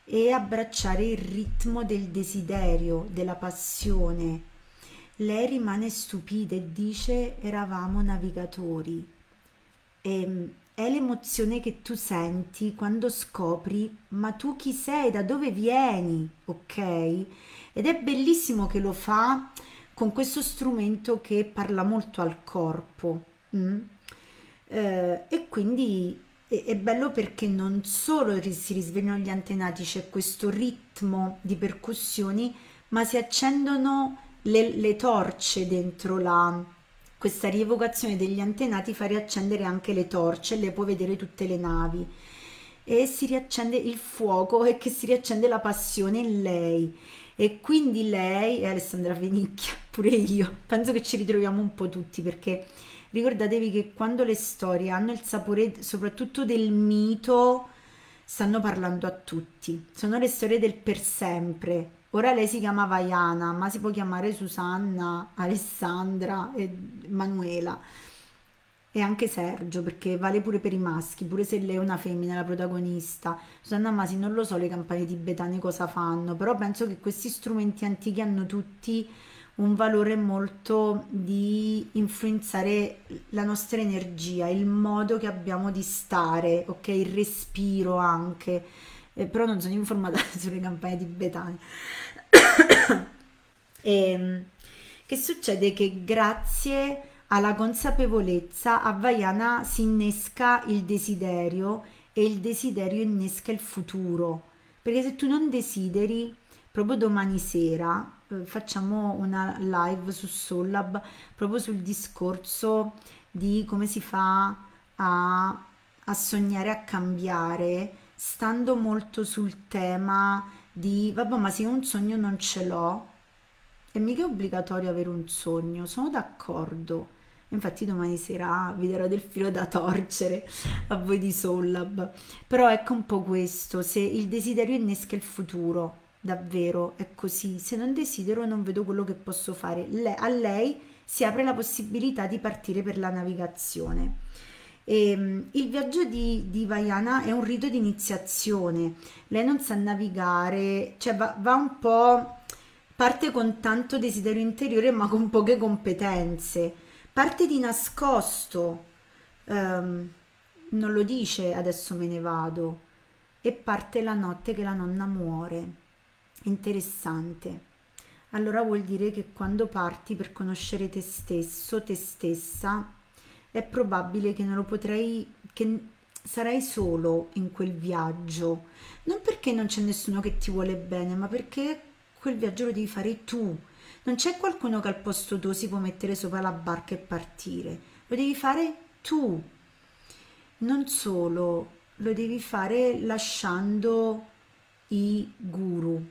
e abbracciare il ritmo del desiderio, della passione. Lei rimane stupita e dice: eravamo navigatori. E, è l'emozione che tu senti quando scopri, ma tu chi sei, da dove vieni, ok? Ed è bellissimo che lo fa con questo strumento che parla molto al corpo. Mm? Eh, e quindi è, è bello perché non solo ri- si risvegliano gli antenati, c'è questo ritmo di percussioni, ma si accendono le, le torce dentro la... Questa rievocazione degli antenati fa riaccendere anche le torce, le puoi vedere tutte le navi e si riaccende il fuoco e che si riaccende la passione in lei. E quindi lei, e Alessandra Fenicchia, pure io, penso che ci ritroviamo un po' tutti perché ricordatevi che quando le storie hanno il sapore soprattutto del mito, stanno parlando a tutti. Sono le storie del per sempre. Ora lei si chiama Vaiana, ma si può chiamare Susanna, Alessandra e Manuela. E anche Sergio, perché vale pure per i maschi, pure se lei è una femmina, la protagonista. Susanna Masi, non lo so le campane tibetane cosa fanno, però penso che questi strumenti antichi hanno tutti un valore molto di influenzare la nostra energia, il modo che abbiamo di stare, ok? Il respiro anche. Eh, però non sono informata sulle campane tibetane. E, che succede? Che grazie alla consapevolezza a Vaiana si innesca il desiderio e il desiderio innesca il futuro. Perché se tu non desideri, proprio domani sera eh, facciamo una live su Sollab proprio sul discorso di come si fa a, a sognare, a cambiare, stando molto sul tema di, vabbè, ma se io un sogno non ce l'ho, è mica obbligatorio avere un sogno, sono d'accordo. Infatti domani sera vi darò del filo da torcere a voi di Sollab. Però ecco un po' questo, se il desiderio innesca il futuro, davvero è così. Se non desidero non vedo quello che posso fare. Le- a lei si apre la possibilità di partire per la navigazione. E, mm, il viaggio di, di Vaiana è un rito di iniziazione. Lei non sa navigare, cioè va, va un po', parte con tanto desiderio interiore ma con poche competenze. Parte di nascosto, ehm, non lo dice adesso me ne vado, e parte la notte che la nonna muore. Interessante. Allora vuol dire che quando parti per conoscere te stesso, te stessa, è probabile che non lo potrai, che sarai solo in quel viaggio. Non perché non c'è nessuno che ti vuole bene, ma perché quel viaggio lo devi fare tu. Non c'è qualcuno che al posto tuo si può mettere sopra la barca e partire. Lo devi fare tu. Non solo, lo devi fare lasciando i guru.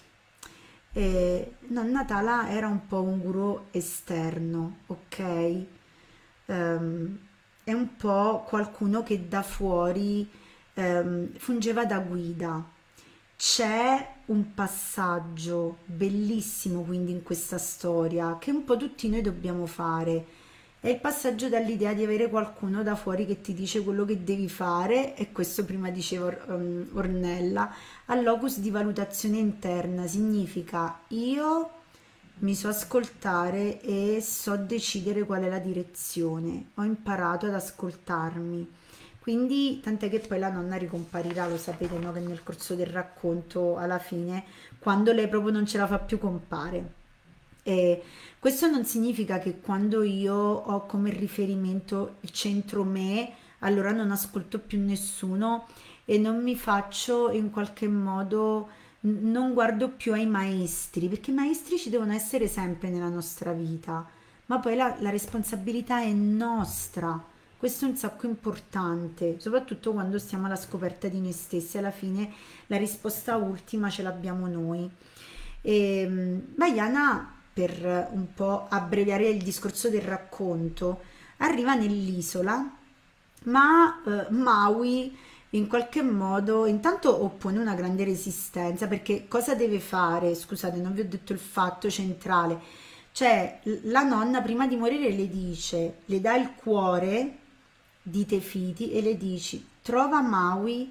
E Nonna Tala era un po' un guru esterno, ok? Ehm, è un po' qualcuno che da fuori ehm, fungeva da guida. C'è un passaggio bellissimo quindi in questa storia che un po' tutti noi dobbiamo fare. È il passaggio dall'idea di avere qualcuno da fuori che ti dice quello che devi fare, e questo prima diceva Or- um, Ornella, al locus di valutazione interna. Significa io mi so ascoltare e so decidere qual è la direzione. Ho imparato ad ascoltarmi. Quindi, tant'è che poi la nonna ricomparirà, lo sapete, no? Che nel corso del racconto, alla fine, quando lei proprio non ce la fa più, compare. E questo non significa che quando io ho come riferimento il centro me, allora non ascolto più nessuno e non mi faccio in qualche modo, n- non guardo più ai maestri, perché i maestri ci devono essere sempre nella nostra vita, ma poi la, la responsabilità è nostra. Questo è un sacco importante, soprattutto quando stiamo alla scoperta di noi stessi. Alla fine la risposta ultima ce l'abbiamo noi. E, Baiana, per un po' abbreviare il discorso del racconto, arriva nell'isola, ma eh, Maui in qualche modo intanto oppone una grande resistenza, perché cosa deve fare? Scusate, non vi ho detto il fatto centrale. Cioè, la nonna prima di morire le dice, le dà il cuore di Tefiti e le dici: trova Maui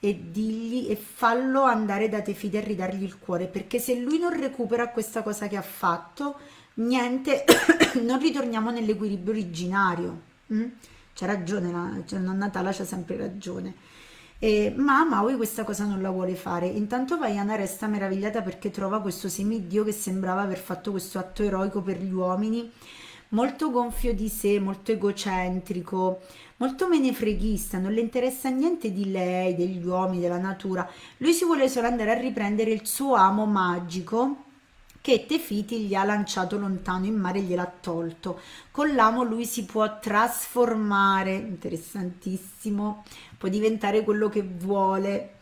e digli e fallo andare da Tefiti a ridargli il cuore, perché se lui non recupera questa cosa che ha fatto, niente, non ritorniamo nell'equilibrio originario. Mm? C'ha ragione, la, cioè, nonna Tala c'ha sempre ragione. E, ma Maui questa cosa non la vuole fare. Intanto Vaiana resta meravigliata perché trova questo semidio che sembrava aver fatto questo atto eroico per gli uomini, molto gonfio di sé, molto egocentrico, molto menefreghista, non le interessa niente di lei, degli uomini, della natura. Lui si vuole solo andare a riprendere il suo amo magico che Tefiti gli ha lanciato lontano in mare e gliel'ha tolto. Con l'amo lui si può trasformare, interessantissimo, può diventare quello che vuole.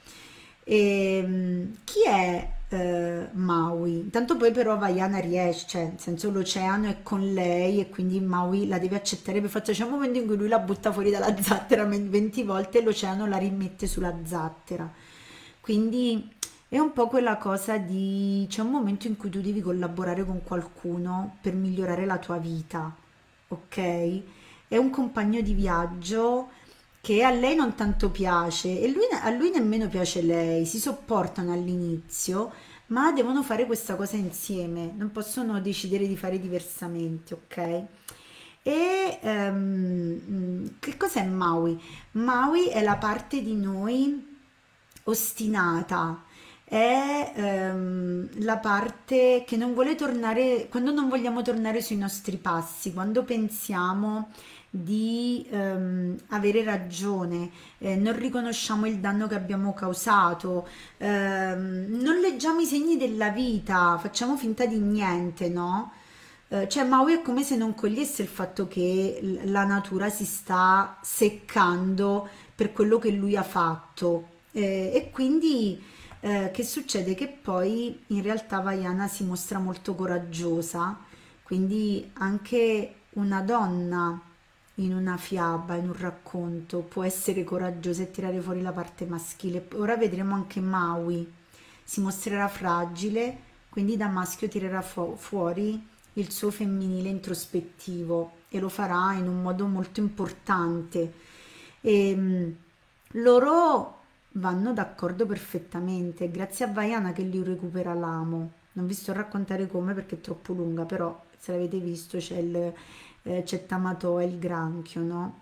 E, chi è eh, Maui? Intanto poi però Vaiana riesce, cioè, nel senso l'oceano è con lei e quindi Maui la deve accettare per forza. C'è un momento in cui lui la butta fuori dalla zattera venti volte e l'oceano la rimette sulla zattera. Quindi è un po' quella cosa di... c'è un momento in cui tu devi collaborare con qualcuno per migliorare la tua vita, ok? È un compagno di viaggio che a lei non tanto piace e lui- a lui nemmeno piace lei, si sopportano all'inizio, ma devono fare questa cosa insieme, non possono decidere di fare diversamente, ok? E ehm, che cos'è Maui? Maui è la parte di noi ostinata, è ehm, la parte che non vuole tornare, quando non vogliamo tornare sui nostri passi, quando pensiamo di ehm, avere ragione, eh, non riconosciamo il danno che abbiamo causato, ehm, non leggiamo i segni della vita, facciamo finta di niente, no? Eh, cioè Maui è come se non cogliesse il fatto che l- la natura si sta seccando per quello che lui ha fatto. Eh, e quindi eh, che succede? Che poi in realtà Vaiana si mostra molto coraggiosa, quindi anche una donna in una fiaba, in un racconto, può essere coraggiosa e tirare fuori la parte maschile. Ora vedremo anche Maui, si mostrerà fragile, quindi da maschio tirerà fu- fuori il suo femminile introspettivo e lo farà in un modo molto importante. E, mh, loro vanno d'accordo perfettamente, è grazie a Vaiana che lui recupera l'amo. Non vi sto a raccontare come perché è troppo lunga, però se l'avete visto c'è il eh, c'è Tamatoa, il granchio, no?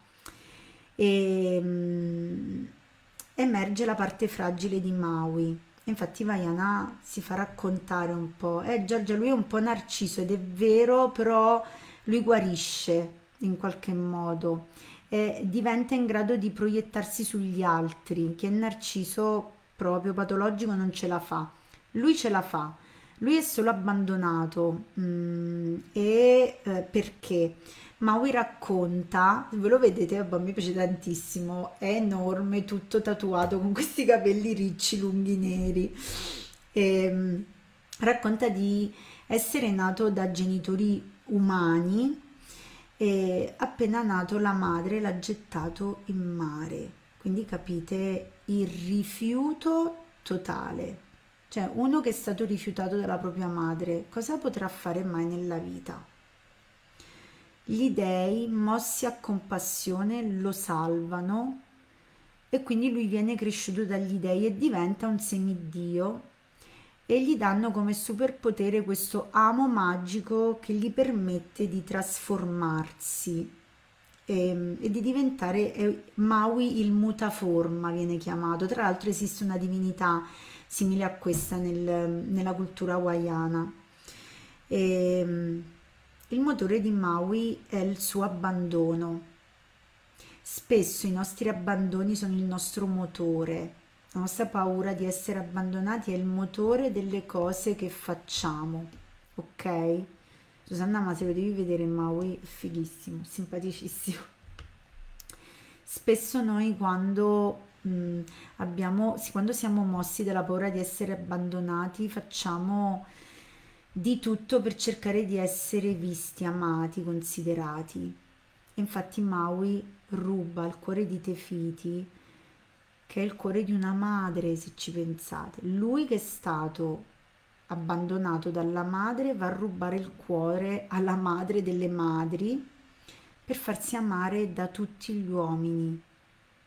E mm, emerge la parte fragile di Maui. Infatti Vaiana si fa raccontare un po'. Eh, Giorgia, lui è un po' narciso ed è vero, però lui guarisce in qualche modo e diventa in grado di proiettarsi sugli altri. Chi è narciso proprio patologico non ce la fa. Lui ce la fa. Lui è solo abbandonato. Mm, e eh, perché? Maui racconta, ve lo vedete, vabbè, mi piace tantissimo, è enorme, tutto tatuato con questi capelli ricci, lunghi, neri. E, racconta di essere nato da genitori umani e appena nato la madre l'ha gettato in mare. Quindi capite il rifiuto totale. Cioè, uno che è stato rifiutato dalla propria madre, cosa potrà fare mai nella vita? Gli dei, mossi a compassione, lo salvano e quindi lui viene cresciuto dagli dei e diventa un semidio e gli danno come superpotere questo amo magico che gli permette di trasformarsi e, e di diventare eh, Maui il mutaforma viene chiamato. Tra l'altro esiste una divinità simile a questa nel- nella cultura hawaiana. E, il motore di Maui è il suo abbandono. Spesso i nostri abbandoni sono il nostro motore. La nostra paura di essere abbandonati è il motore delle cose che facciamo. Ok? Susanna, ma se lo devi vedere Maui, è fighissimo, simpaticissimo. Spesso noi quando mh, abbiamo, sì, quando siamo mossi dalla paura di essere abbandonati, facciamo di tutto per cercare di essere visti, amati, considerati. Infatti Maui ruba il cuore di Tefiti, che è il cuore di una madre, se ci pensate. Lui che è stato abbandonato dalla madre va a rubare il cuore alla madre delle madri per farsi amare da tutti gli uomini.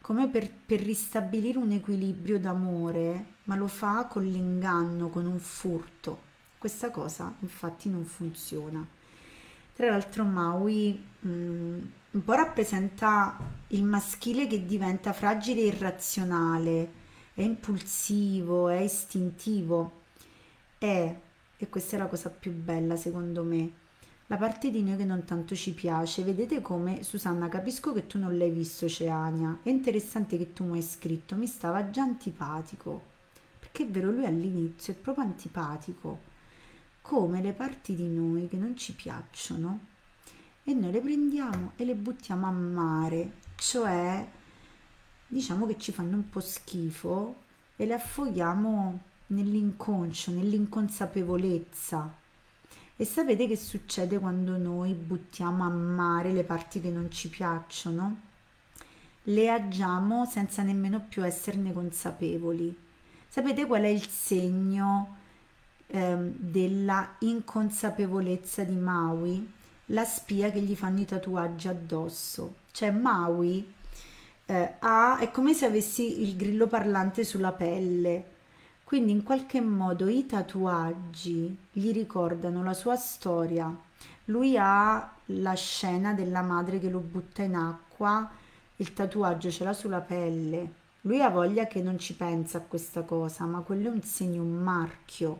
come per, per ristabilire un equilibrio d'amore, ma lo fa con l'inganno, con un furto. Questa cosa infatti non funziona. Tra l'altro Maui mh, un po' rappresenta il maschile che diventa fragile e irrazionale, è impulsivo, è istintivo, è, e questa è la cosa più bella secondo me, la parte di noi che non tanto ci piace. Vedete come, Susanna, capisco che tu non l'hai visto Ceania, è interessante che tu mi hai scritto, mi stava già antipatico, perché è vero, lui all'inizio è proprio antipatico, come le parti di noi che non ci piacciono e noi le prendiamo e le buttiamo a mare, cioè diciamo che ci fanno un po' schifo e le affoghiamo nell'inconscio, nell'inconsapevolezza. E sapete che succede quando noi buttiamo a mare le parti che non ci piacciono? Le agiamo senza nemmeno più esserne consapevoli. Sapete qual è il segno ehm, della inconsapevolezza di Maui? La spia che gli fanno i tatuaggi addosso. Cioè Maui eh, ha, è come se avessi il grillo parlante sulla pelle. Quindi in qualche modo i tatuaggi gli ricordano la sua storia. Lui ha la scena della madre che lo butta in acqua, il tatuaggio ce l'ha sulla pelle. Lui ha voglia che non ci pensa a questa cosa, ma quello è un segno, un marchio.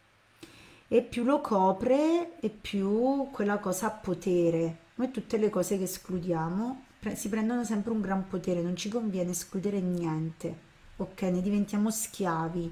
E più lo copre e più quella cosa ha potere. Noi tutte le cose che escludiamo pre- si prendono sempre un gran potere, non ci conviene escludere niente, ok? Ne diventiamo schiavi.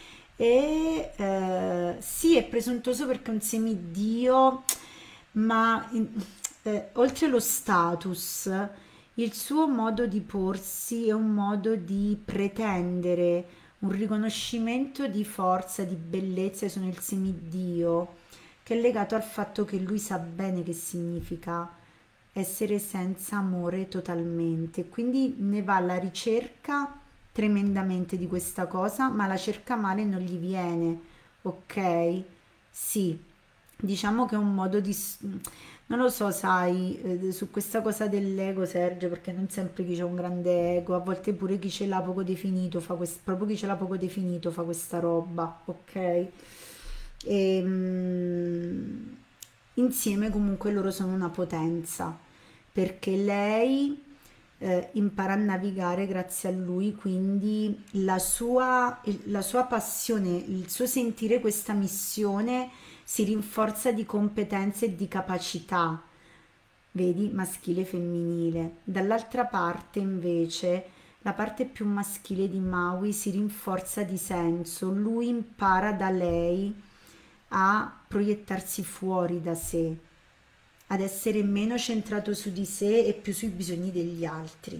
E eh, sì, è presuntuoso perché è un semidio, ma in- eh, oltre lo status, il suo modo di porsi è un modo di pretendere un riconoscimento di forza, di bellezza, io sono il semidio, che è legato al fatto che lui sa bene che significa essere senza amore totalmente, quindi ne va alla ricerca tremendamente di questa cosa, ma la cerca male non gli viene, ok? Sì, diciamo che è un modo di... s- non lo so, sai, eh, su questa cosa dell'ego, Sergio, perché non sempre chi c'è un grande ego, a volte pure chi ce l'ha poco definito fa quest- proprio chi ce l'ha poco definito fa questa roba, ok? E, mm, insieme comunque loro sono una potenza, perché lei eh, impara a navigare grazie a lui, quindi la sua, il- la sua passione, il suo sentire questa missione si rinforza di competenze e di capacità, vedi, maschile e femminile. Dall'altra parte, invece, la parte più maschile di Maui si rinforza di senso, lui impara da lei a proiettarsi fuori da sé, ad essere meno centrato su di sé e più sui bisogni degli altri.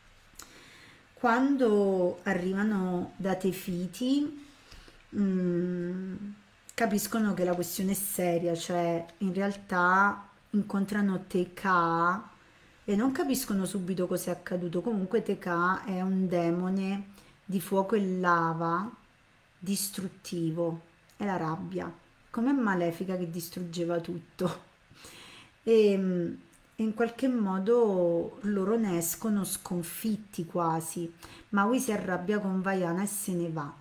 Quando arrivano da Tefiti, mm, capiscono che la questione è seria, cioè in realtà incontrano Teka e non capiscono subito cosa è accaduto. Comunque Teka è un demone di fuoco e lava distruttivo, è la rabbia, come Malefica che distruggeva tutto. E, mm, e in qualche modo loro ne escono sconfitti quasi. Maui si arrabbia con Vaiana e se ne va.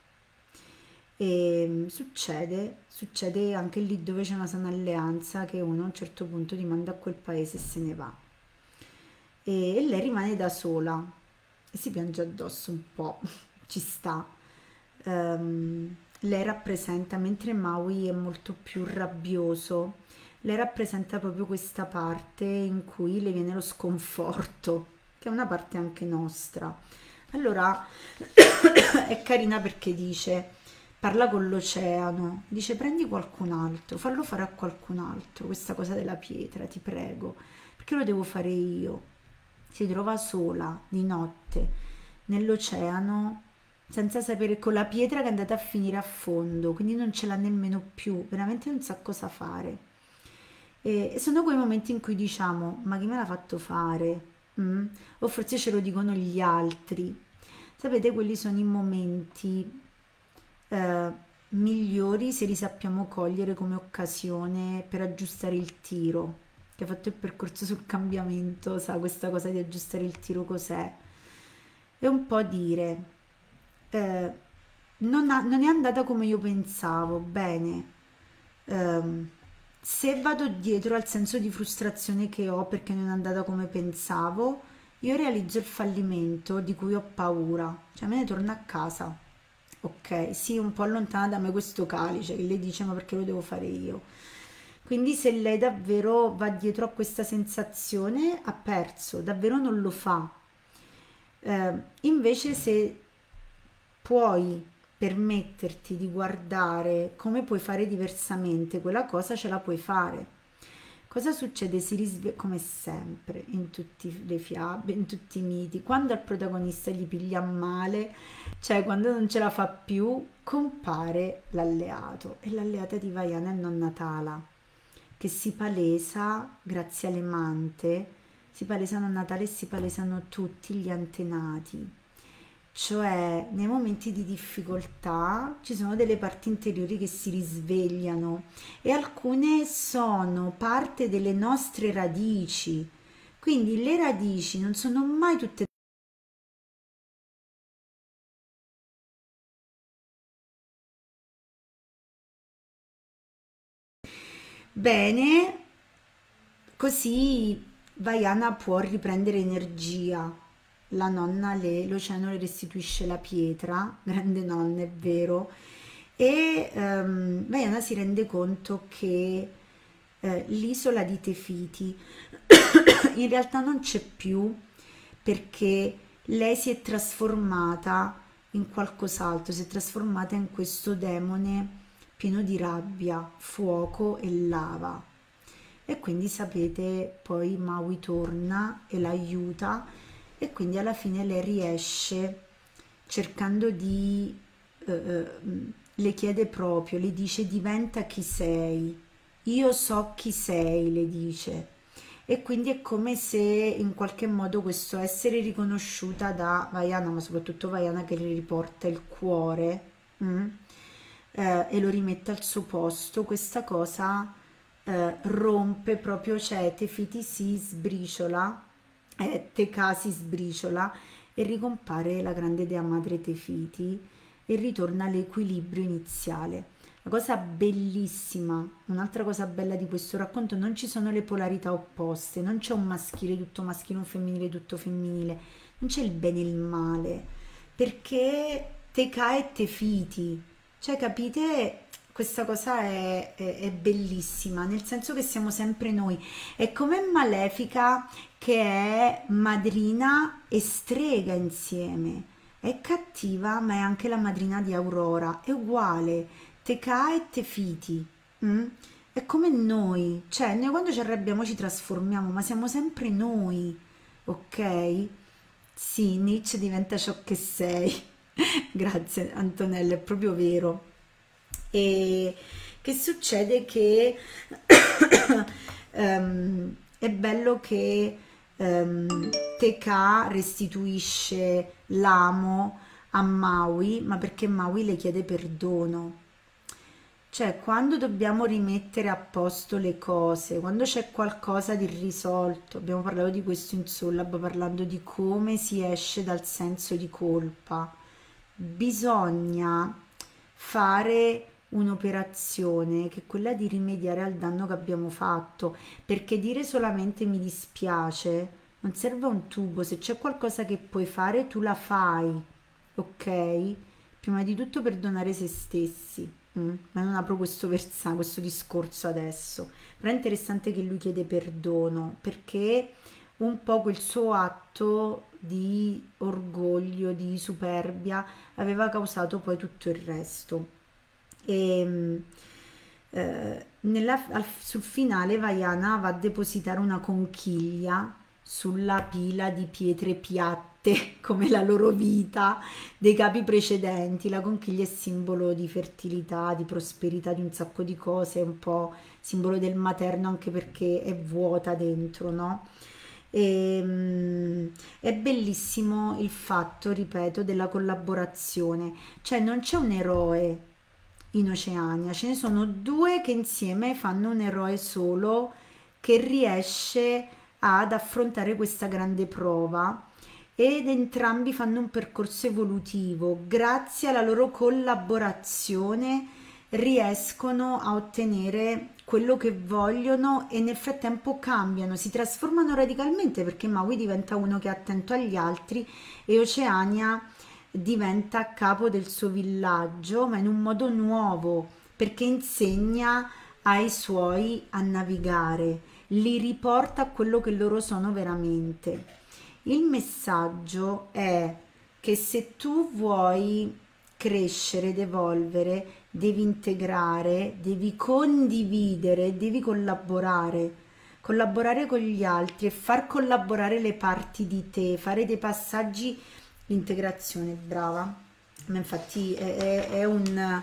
E mm, succede, succede anche lì dove c'è una sana alleanza che uno a un certo punto ti manda a quel paese e se ne va. E, e lei rimane da sola e si piange addosso un po', ci sta. Ehm, lei rappresenta, mentre Maui è molto più rabbioso, lei rappresenta proprio questa parte in cui le viene lo sconforto, che è una parte anche nostra. Allora è carina perché dice, parla con l'oceano, dice prendi qualcun altro, fallo fare a qualcun altro questa cosa della pietra, ti prego, perché lo devo fare io. Si trova sola di notte nell'oceano senza sapere, con la pietra che è andata a finire a fondo, quindi non ce l'ha nemmeno più, veramente non sa cosa fare. E, e sono quei momenti in cui diciamo, ma chi me l'ha fatto fare? Mm? O forse ce lo dicono gli altri. Sapete, quelli sono i momenti eh, migliori se li sappiamo cogliere come occasione per aggiustare il tiro. Che ha fatto il percorso sul cambiamento, sa questa cosa di aggiustare il tiro cos'è? è un po' dire, eh, non, ha- non è andata come io pensavo, bene, ehm, se vado dietro al senso di frustrazione che ho perché non è andata come pensavo, io realizzo il fallimento di cui ho paura, cioè me ne torno a casa. Ok, sì, un po' allontana da me questo calice che lei dice ma perché lo devo fare io? Quindi se lei davvero va dietro a questa sensazione ha perso, davvero non lo fa. Eh, invece se puoi permetterti di guardare come puoi fare diversamente quella cosa, ce la puoi fare. Cosa succede? Si risveglia come sempre in tutte le fiabe, in tutti i miti, quando al protagonista gli piglia male, cioè quando non ce la fa più, compare l'alleato e l'alleata di Vaiana è Nonna Tala, che si palesa grazie alle mante, si palesano a Natale e si palesano tutti gli antenati. Cioè, nei momenti di difficoltà ci sono delle parti interiori che si risvegliano e alcune sono parte delle nostre radici. Quindi le radici non sono mai tutte bene, così Vaiana può riprendere energia. La nonna le, l'oceano le restituisce la pietra, grande nonna, è vero, e ehm, Vaiana si rende conto che eh, l'isola di Tefiti in realtà non c'è più perché lei si è trasformata in qualcos'altro, si è trasformata in questo demone pieno di rabbia, fuoco e lava. E quindi sapete, poi Maui torna e l'aiuta e quindi alla fine lei riesce cercando di eh, eh, le chiede proprio, le dice diventa chi sei, io so chi sei, le dice. E quindi è come se in qualche modo questo essere riconosciuta da Vaiana, ma soprattutto Vaiana che le riporta il cuore, mm, eh, e lo rimette al suo posto, questa cosa eh, rompe proprio, cioè Tefiti si sbriciola, eh, Teka si sbriciola e ricompare la grande dea madre Tefiti e ritorna all'equilibrio iniziale. La cosa bellissima, un'altra cosa bella di questo racconto, non ci sono le polarità opposte, non c'è un maschile tutto maschile, un femminile tutto femminile, non c'è il bene e il male, perché Teka e Tefiti, cioè capite, questa cosa è, è- è bellissima, nel senso che siamo sempre noi, è come Malefica che è madrina e strega insieme. È cattiva, ma è anche la madrina di Aurora. È uguale, Teka e Tefiti. Mm? È come noi, cioè noi quando ci arrabbiamo ci trasformiamo, ma siamo sempre noi, ok? Sì, Nietzsche diventa ciò che sei. Grazie Antonella, è proprio vero. E che succede che ehm, è bello che ehm, Teka restituisce l'amo a Maui, ma perché Maui le chiede perdono. Cioè, quando dobbiamo rimettere a posto le cose, quando c'è qualcosa di irrisolto, abbiamo parlato di questo in Sollab, parlando di come si esce dal senso di colpa, bisogna fare un'operazione che è quella di rimediare al danno che abbiamo fatto, perché dire solamente mi dispiace non serve a un tubo, se c'è qualcosa che puoi fare tu la fai, ok? Prima di tutto perdonare se stessi, mm? Ma non apro questo versa, questo discorso adesso, però è interessante che lui chiede perdono perché un po' quel suo atto di orgoglio, di superbia aveva causato poi tutto il resto. E mm, eh, nella- al- sul finale Vaiana va a depositare una conchiglia sulla pila di pietre piatte come la loro vita dei capi precedenti. La conchiglia è simbolo di fertilità, di prosperità, di un sacco di cose, è un po' simbolo del materno anche perché è vuota dentro, no? E, mm, è bellissimo il fatto, ripeto, della collaborazione, cioè non c'è un eroe in Oceania, ce ne sono due che insieme fanno un eroe solo che riesce ad affrontare questa grande prova ed entrambi fanno un percorso evolutivo. Grazie alla loro collaborazione riescono a ottenere quello che vogliono e nel frattempo cambiano, si trasformano radicalmente perché Maui diventa uno che è attento agli altri e Oceania diventa a capo del suo villaggio, ma in un modo nuovo, perché insegna ai suoi a navigare, li riporta a quello che loro sono veramente. Il messaggio è che se tu vuoi crescere ed evolvere, devi integrare, devi condividere, devi collaborare, collaborare con gli altri e far collaborare le parti di te, fare dei passaggi, l'integrazione, brava. Ma infatti è, è- è un,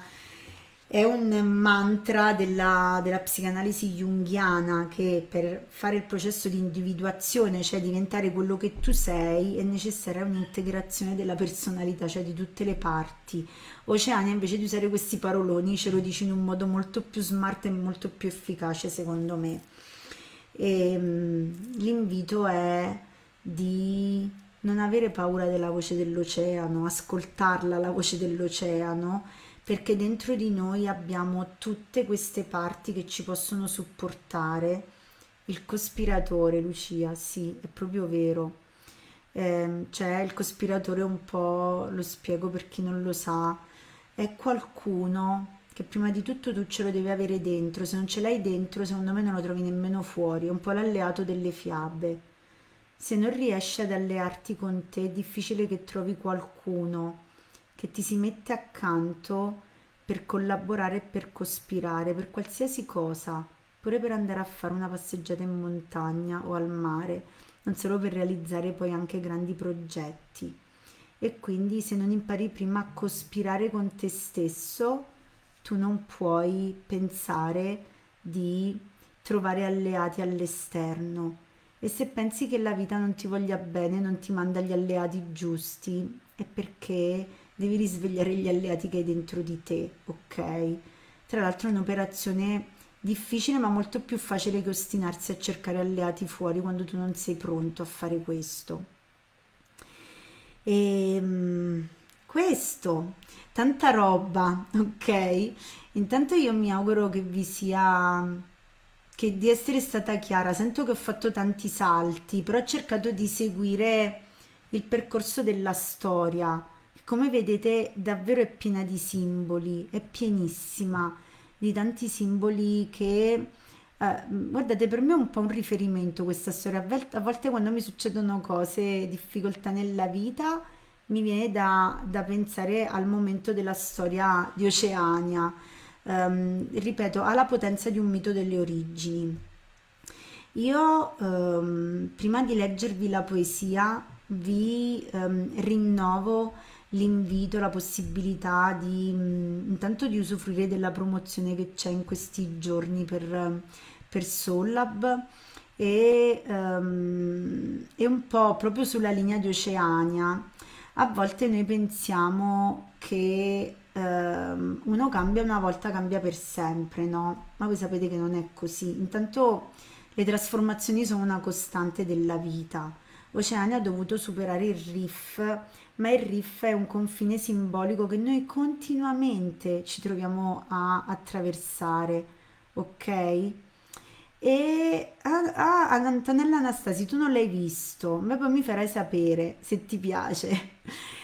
è un mantra della, della psicanalisi junghiana che per fare il processo di individuazione, cioè diventare quello che tu sei, è necessaria un'integrazione della personalità, cioè di tutte le parti. Oceania, invece di usare questi paroloni, ce lo dici in un modo molto più smart e molto più efficace, secondo me. E, mm, l'invito è di non avere paura della voce dell'oceano, ascoltarla, la voce dell'oceano, perché dentro di noi abbiamo tutte queste parti che ci possono supportare. Il cospiratore, Lucia, sì, è proprio vero. Ehm, cioè, il cospiratore un po', lo spiego per chi non lo sa, è qualcuno che prima di tutto tu ce lo devi avere dentro, se non ce l'hai dentro, secondo me non lo trovi nemmeno fuori, è un po' l'alleato delle fiabe. Se non riesci ad allearti con te, è difficile che trovi qualcuno che ti si mette accanto per collaborare e per cospirare, per qualsiasi cosa, pure per andare a fare una passeggiata in montagna o al mare, non solo per realizzare poi anche grandi progetti. E quindi se non impari prima a cospirare con te stesso, tu non puoi pensare di trovare alleati all'esterno. E se pensi che la vita non ti voglia bene, non ti manda gli alleati giusti, è perché devi risvegliare gli alleati che hai dentro di te, ok? Tra l'altro è un'operazione difficile, ma molto più facile che ostinarsi a cercare alleati fuori quando tu non sei pronto a fare questo. E mm, questo, tanta roba, ok? Intanto io mi auguro che vi sia, che di essere stata chiara. Sento che ho fatto tanti salti, però ho cercato di seguire il percorso della storia. Come vedete, davvero è piena di simboli, è pienissima di tanti simboli che eh, guardate, per me è un po' un riferimento questa storia. A vel- a volte quando mi succedono cose, difficoltà nella vita, mi viene da, da pensare al momento della storia di Oceania. Ehm, ripeto, ha la potenza di un mito delle origini. Io, ehm, prima di leggervi la poesia, vi ehm, rinnovo l'invito, la possibilità di mm, intanto di usufruire della promozione che c'è in questi giorni per, per Sollab e, ehm, e un po' proprio sulla linea di Oceania. A volte noi pensiamo che ehm, uno cambia una volta, cambia per sempre, no? Ma voi sapete che non è così. Intanto le trasformazioni sono una costante della vita. Oceania ha dovuto superare il riff, ma il riff è un confine simbolico che noi continuamente ci troviamo a attraversare, ok? E ah, ah, Antonella Anastasi, tu non l'hai visto, ma poi mi farai sapere se ti piace.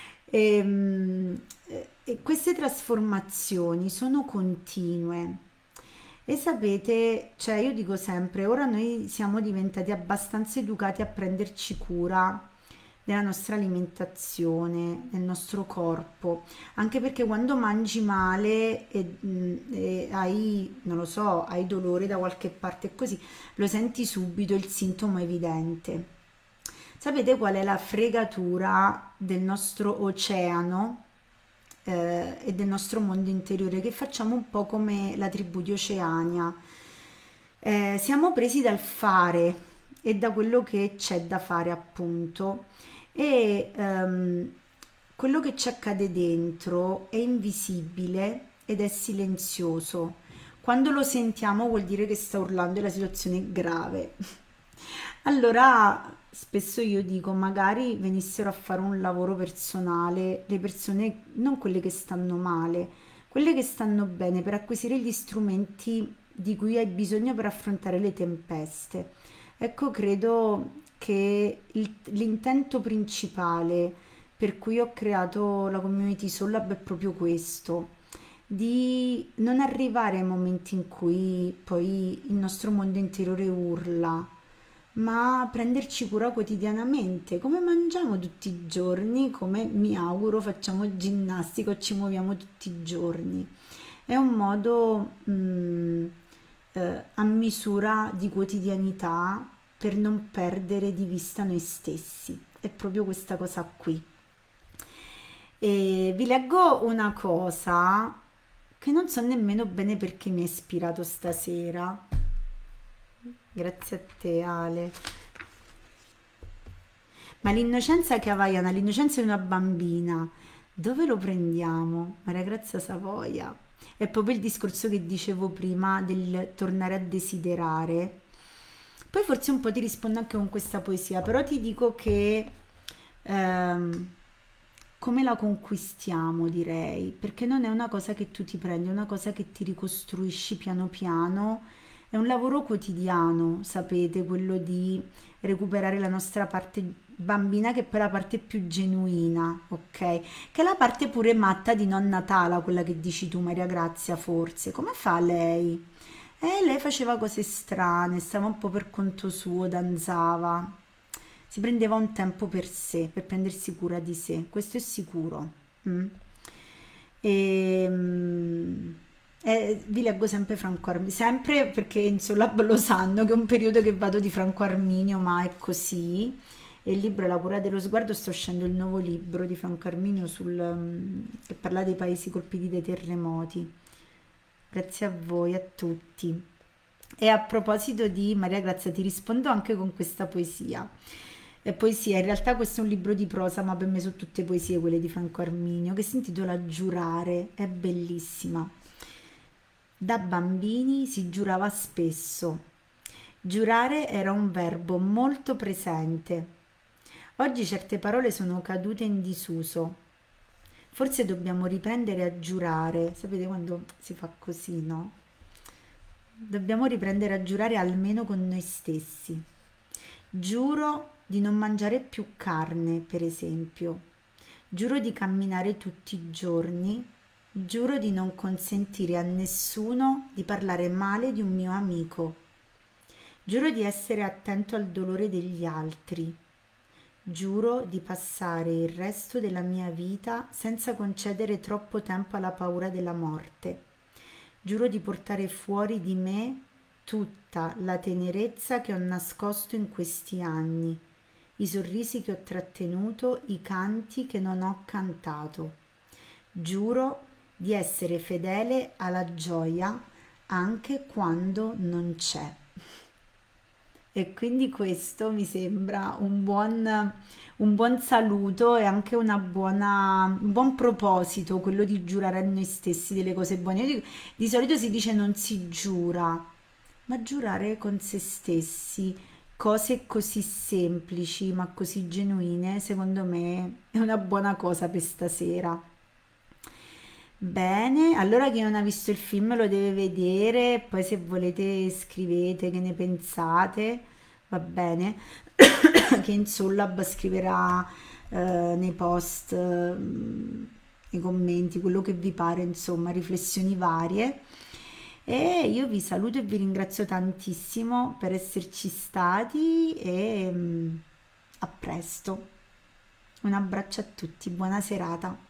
Ehm, E, e queste trasformazioni sono continue. E sapete, cioè io dico sempre, ora noi siamo diventati abbastanza educati a prenderci cura della nostra alimentazione, del nostro corpo, anche perché quando mangi male e, mm, e hai, non lo so, hai dolore da qualche parte e così, lo senti subito, il sintomo è evidente. Sapete qual è la fregatura del nostro oceano eh, e del nostro mondo interiore? Che facciamo un po' come la tribù di Oceania. Eh, siamo presi dal fare e da quello che c'è da fare, appunto. E ehm, quello che ci accade dentro è invisibile ed è silenzioso. Quando lo sentiamo vuol dire che sta urlando e la situazione è grave. Allora, spesso io dico, magari venissero a fare un lavoro personale, le persone, non quelle che stanno male, quelle che stanno bene, per acquisire gli strumenti di cui hai bisogno per affrontare le tempeste. Ecco, credo che il- l'intento principale per cui ho creato la community Sollab è proprio questo, di non arrivare ai momenti in cui poi il nostro mondo interiore urla, ma prenderci cura quotidianamente, come mangiamo tutti i giorni, come mi auguro facciamo ginnastica o ci muoviamo tutti i giorni. È un modo mm, eh, a misura di quotidianità per non perdere di vista noi stessi. È proprio questa cosa qui. E vi leggo una cosa che non so nemmeno bene perché mi ha ispirato stasera. Grazie a te, Ale. Ma l'innocenza che avaiana, l'innocenza di una bambina, dove lo prendiamo? Maria Grazia Savoia. È proprio il discorso che dicevo prima del tornare a desiderare. Poi forse un po' ti rispondo anche con questa poesia, però ti dico che ehm, come la conquistiamo, direi, perché non è una cosa che tu ti prendi, è una cosa che ti ricostruisci piano piano, è un lavoro quotidiano, sapete, quello di recuperare la nostra parte bambina, che poi è la parte più genuina, ok? Che è la parte pure matta di nonna Tala, quella che dici tu, Maria Grazia, forse. Come fa lei? E lei faceva cose strane, stava un po' per conto suo, danzava, si prendeva un tempo per sé, per prendersi cura di sé, questo è sicuro. Mm. E, mm, e vi leggo sempre Franco Arminio, sempre perché in Solab lo sanno che è un periodo che vado di Franco Arminio, ma è così. E il libro è La cura dello sguardo, sta uscendo il nuovo libro di Franco Arminio sul, mm, che parla dei paesi colpiti dai terremoti. Grazie a voi, a tutti. E a proposito di Maria Grazia, ti rispondo anche con questa poesia. E poesia, in realtà questo è un libro di prosa, ma per me sono tutte poesie quelle di Franco Arminio, che si intitola Giurare, è bellissima. Da bambini si giurava spesso. Giurare era un verbo molto presente. Oggi certe parole sono cadute in disuso. Forse dobbiamo riprendere a giurare. Sapete quando si fa così, no? Dobbiamo riprendere a giurare almeno con noi stessi. Giuro di non mangiare più carne, per esempio. Giuro di camminare tutti i giorni. Giuro di non consentire a nessuno di parlare male di un mio amico. Giuro di essere attento al dolore degli altri. Giuro di passare il resto della mia vita senza concedere troppo tempo alla paura della morte. Giuro di portare fuori di me tutta la tenerezza che ho nascosto in questi anni, i sorrisi che ho trattenuto, i canti che non ho cantato. Giuro di essere fedele alla gioia anche quando non c'è. E quindi questo mi sembra un buon, un buon saluto e anche una buona, un buon proposito, quello di giurare a noi stessi delle cose buone. Io dico- di solito si dice non si giura, ma giurare con se stessi, cose così semplici ma così genuine, secondo me è una buona cosa per stasera. Bene, allora chi non ha visto il film lo deve vedere, poi se volete scrivete che ne pensate, va bene, che in Sollab scriverà eh, nei post, eh, nei commenti, quello che vi pare, insomma, riflessioni varie. E io vi saluto e vi ringrazio tantissimo per esserci stati e mm, a presto. Un abbraccio a tutti, buona serata.